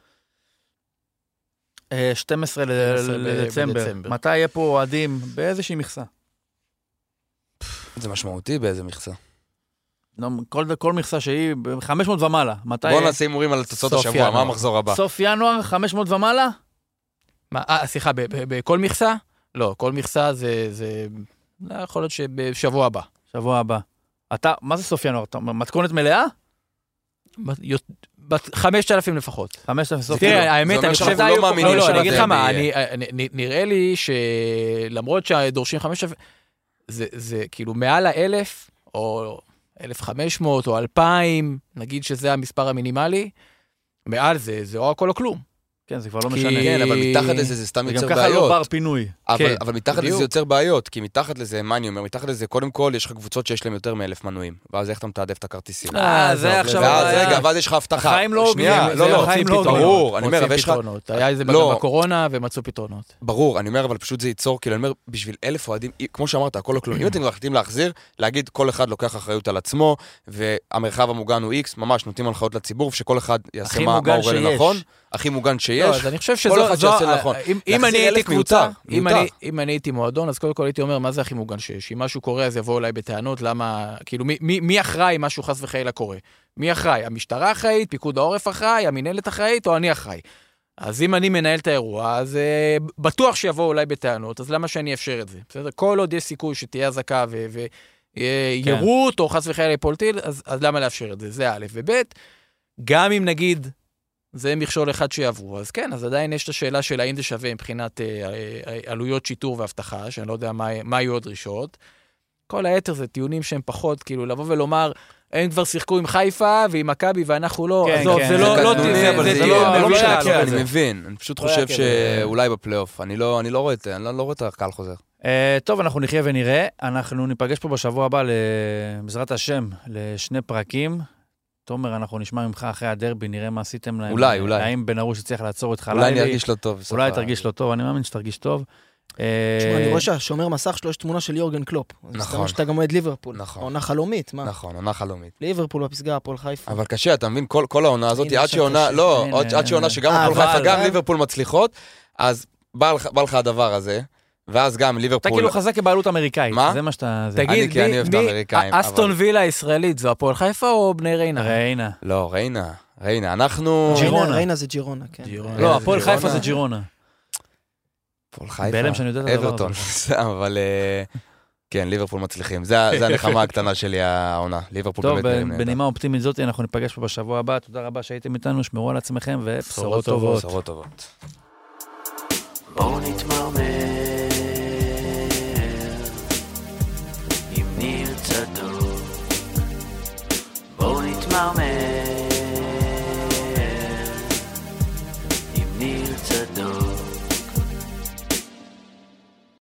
שתים עשרה לדצמבר. מתי יהיה פה אוהדים? באיזושהי מכסה. זה משמעותי באיזה מכסה. כל מכסה שהיא חמש מאות ומעלה. בוא נעשה הימורים על תוצאות השבוע, מה המחזור הבא? סוף ינואר, חמש מאות ומעלה? אה, סליחה, בכל מכסה? לא, כל מכסה זה... יכול להיות שבשבוע הבא. שבוע הבא. אתה, מה זה סוף ינואר? מתכונת מלאה? חמשת אלפים לפחות. חמשת אלפים סוף. תראה, האמת, אני חושב... לא מאמינים אני אגיד לך מה, נראה לי שלמרות שדורשים חמשת אלפים, זה כאילו מעל האלף, או אלף וחמש מאות, או אלפיים, נגיד שזה המספר המינימלי, מעל זה, זה או הכל או כלום. כן, זה כבר לא כי- משנה. כן, אבל מתחת לזה זה סתם וגם יוצר ככה לא בעיות. בר פינוי. אבל, כן, אבל מתחת בדיוק. לזה יוצר בעיות, כי מתחת לזה, מה אני אומר? מתחת לזה, קודם כל, יש לך קבוצות שיש להם יותר מאלף מנויים, ואז איך אתה מתעדף את הכרטיסים? אה, זה עכשיו ואז, הבעיה. רגע, ואז יש לך הבטחה. החיים לא שנייה, הוגנים, לא, זה לא, החיים לא הוגנים. ברור, אני אומר, אבל יש לך... פתרונות. היה איזה לא. גם בקורונה ומצאו פתרונות. ברור, אני אומר, אבל פשוט זה ייצור, כאילו, אני אומר, בשביל אלף אוהדים, כמו שאמרת, הכל או כלום. אם אתם כבר החליטים להחזיר, להגיד, כל אחד לוקח אחריות על עצמו, והמרחב המוגן הוא X, ממש נותנים הנחיות לציבור, שכל אחד יעשה הכי מה מה מוגן הוא רואה שיש. לנכון, הכי מוגן לא, שיש. אז אני חושב כל שזו... אחד זו- שיעשה נכון. אם- אם להחזיר אני הייתי אלף קבוצה, מיותר, אם מיותר. אני- אם אני הייתי מועדון, אז קודם כל הייתי אומר, מה זה הכי מוגן שיש? אם משהו קורה, אז יבואו אליי בטענות, למה... כאילו, מי- מי מי אחראי אם משהו חס וחלילה קורה? מי אחראי? המשטרה אחראית, פיקוד העורף אחראי, המנהלת אחראית, או אני אחראי? אז אם אני מנהל את האירוע, אז uh, בטוח שיבואו אולי בטענות, אז למה שאני אפשר את זה? בסדר? כל עוד יש סיכוי שתהיה אזעקה וירות, או חס וחלילה יפול טיל, אז, אז למה לאפשר את זה? זה א' וב', גם אם נגיד, זה מכשול אחד שיעברו, אז כן, אז עדיין יש את השאלה של האם זה שווה מבחינת uh, uh, עלויות שיטור והבטחה, שאני לא יודע מה, מה יהיו הדרישות. כל היתר זה טיעונים שהם פחות, כאילו, לבוא ולומר, הם כבר שיחקו עם חיפה ועם מכבי ואנחנו לא, כן, עזוב, כן, זה זה לא, לא, קטנוני, זה, אבל זה זה טיעון, לא- זה לא לא משנה, משנה, כן, אני זה. מבין, אני פשוט לא חושב היה כזה. שאולי בפלייאוף, אני לא אני לא רואה את- אני לא- לא רואה את הקהל חוזר. אה, טוב, אנחנו נחיה ונראה. אנחנו ניפגש פה בשבוע הבא, בעזרת השם, לשני פרקים. תומר, אנחנו נשמע ממך אחרי הדרבי, נראה מה עשיתם להם. אולי, אולי. האם בן ארוש הצליח לעצור את אולי אני חלילי? ארגיש לא טוב. בסוף אולי ה- תרגיש לא טוב, אני מאמין שתרגיש טוב. אה, תשמע, אני רואה שהשומר מסך שלו יש תמונה של יורגן קלופ. נכון. נכון. שאתה גם אוהד ליברפול. נכון. עונה חלומית, מה? נכון, עונה חלומית. ליברפול בפסגה, הפועל חיפה. אבל קשה, אתה מבין, כל, כל העונה הזאת, הנה, עד עכשיו שעונה, קשה. לא, הנה, עד, עד שעונה שגם אה, הפועל אבל- חיפה, גם אבל- ליברפול מצליחות, אז בא לך, בא לך הדבר הזה, ואז גם אתה ליברפול... כאילו חזק כבעלות אמריקאית. מה? זה מה שאתה... זה. תגיד, אני- כי אני מי- אוהב את מי- האמריקאים, אסטון אבל- וילה הישראלית, זו הפועל חיפה או בני ריינה? ריינה. לא, ריינה, ריינה, אנחנו... ג'ירונה. ריינה- ריינה זה ג'ירונה, כן. ג'ירונה. לא, זה הפועל ג'ירונה. חיפה זה ג'ירונה. הפועל חיפה. בהלם שאני יודע את הדבר אברטון, הזה. סתם, אבל... אה, כן, ליברפול מצליחים. זה זה הנחמה הקטנה שלי, העונה. ליברפול טוב, באמת נראים נהדר. בנימה אופטימית זאת, אנחנו ניפגש פה בשבוע הבא. תודה רבה שהייתם איתנו, שמרו על עצמם ובשורות בשורות טובות. טובות. בשורות טובות. בואו נתמרמר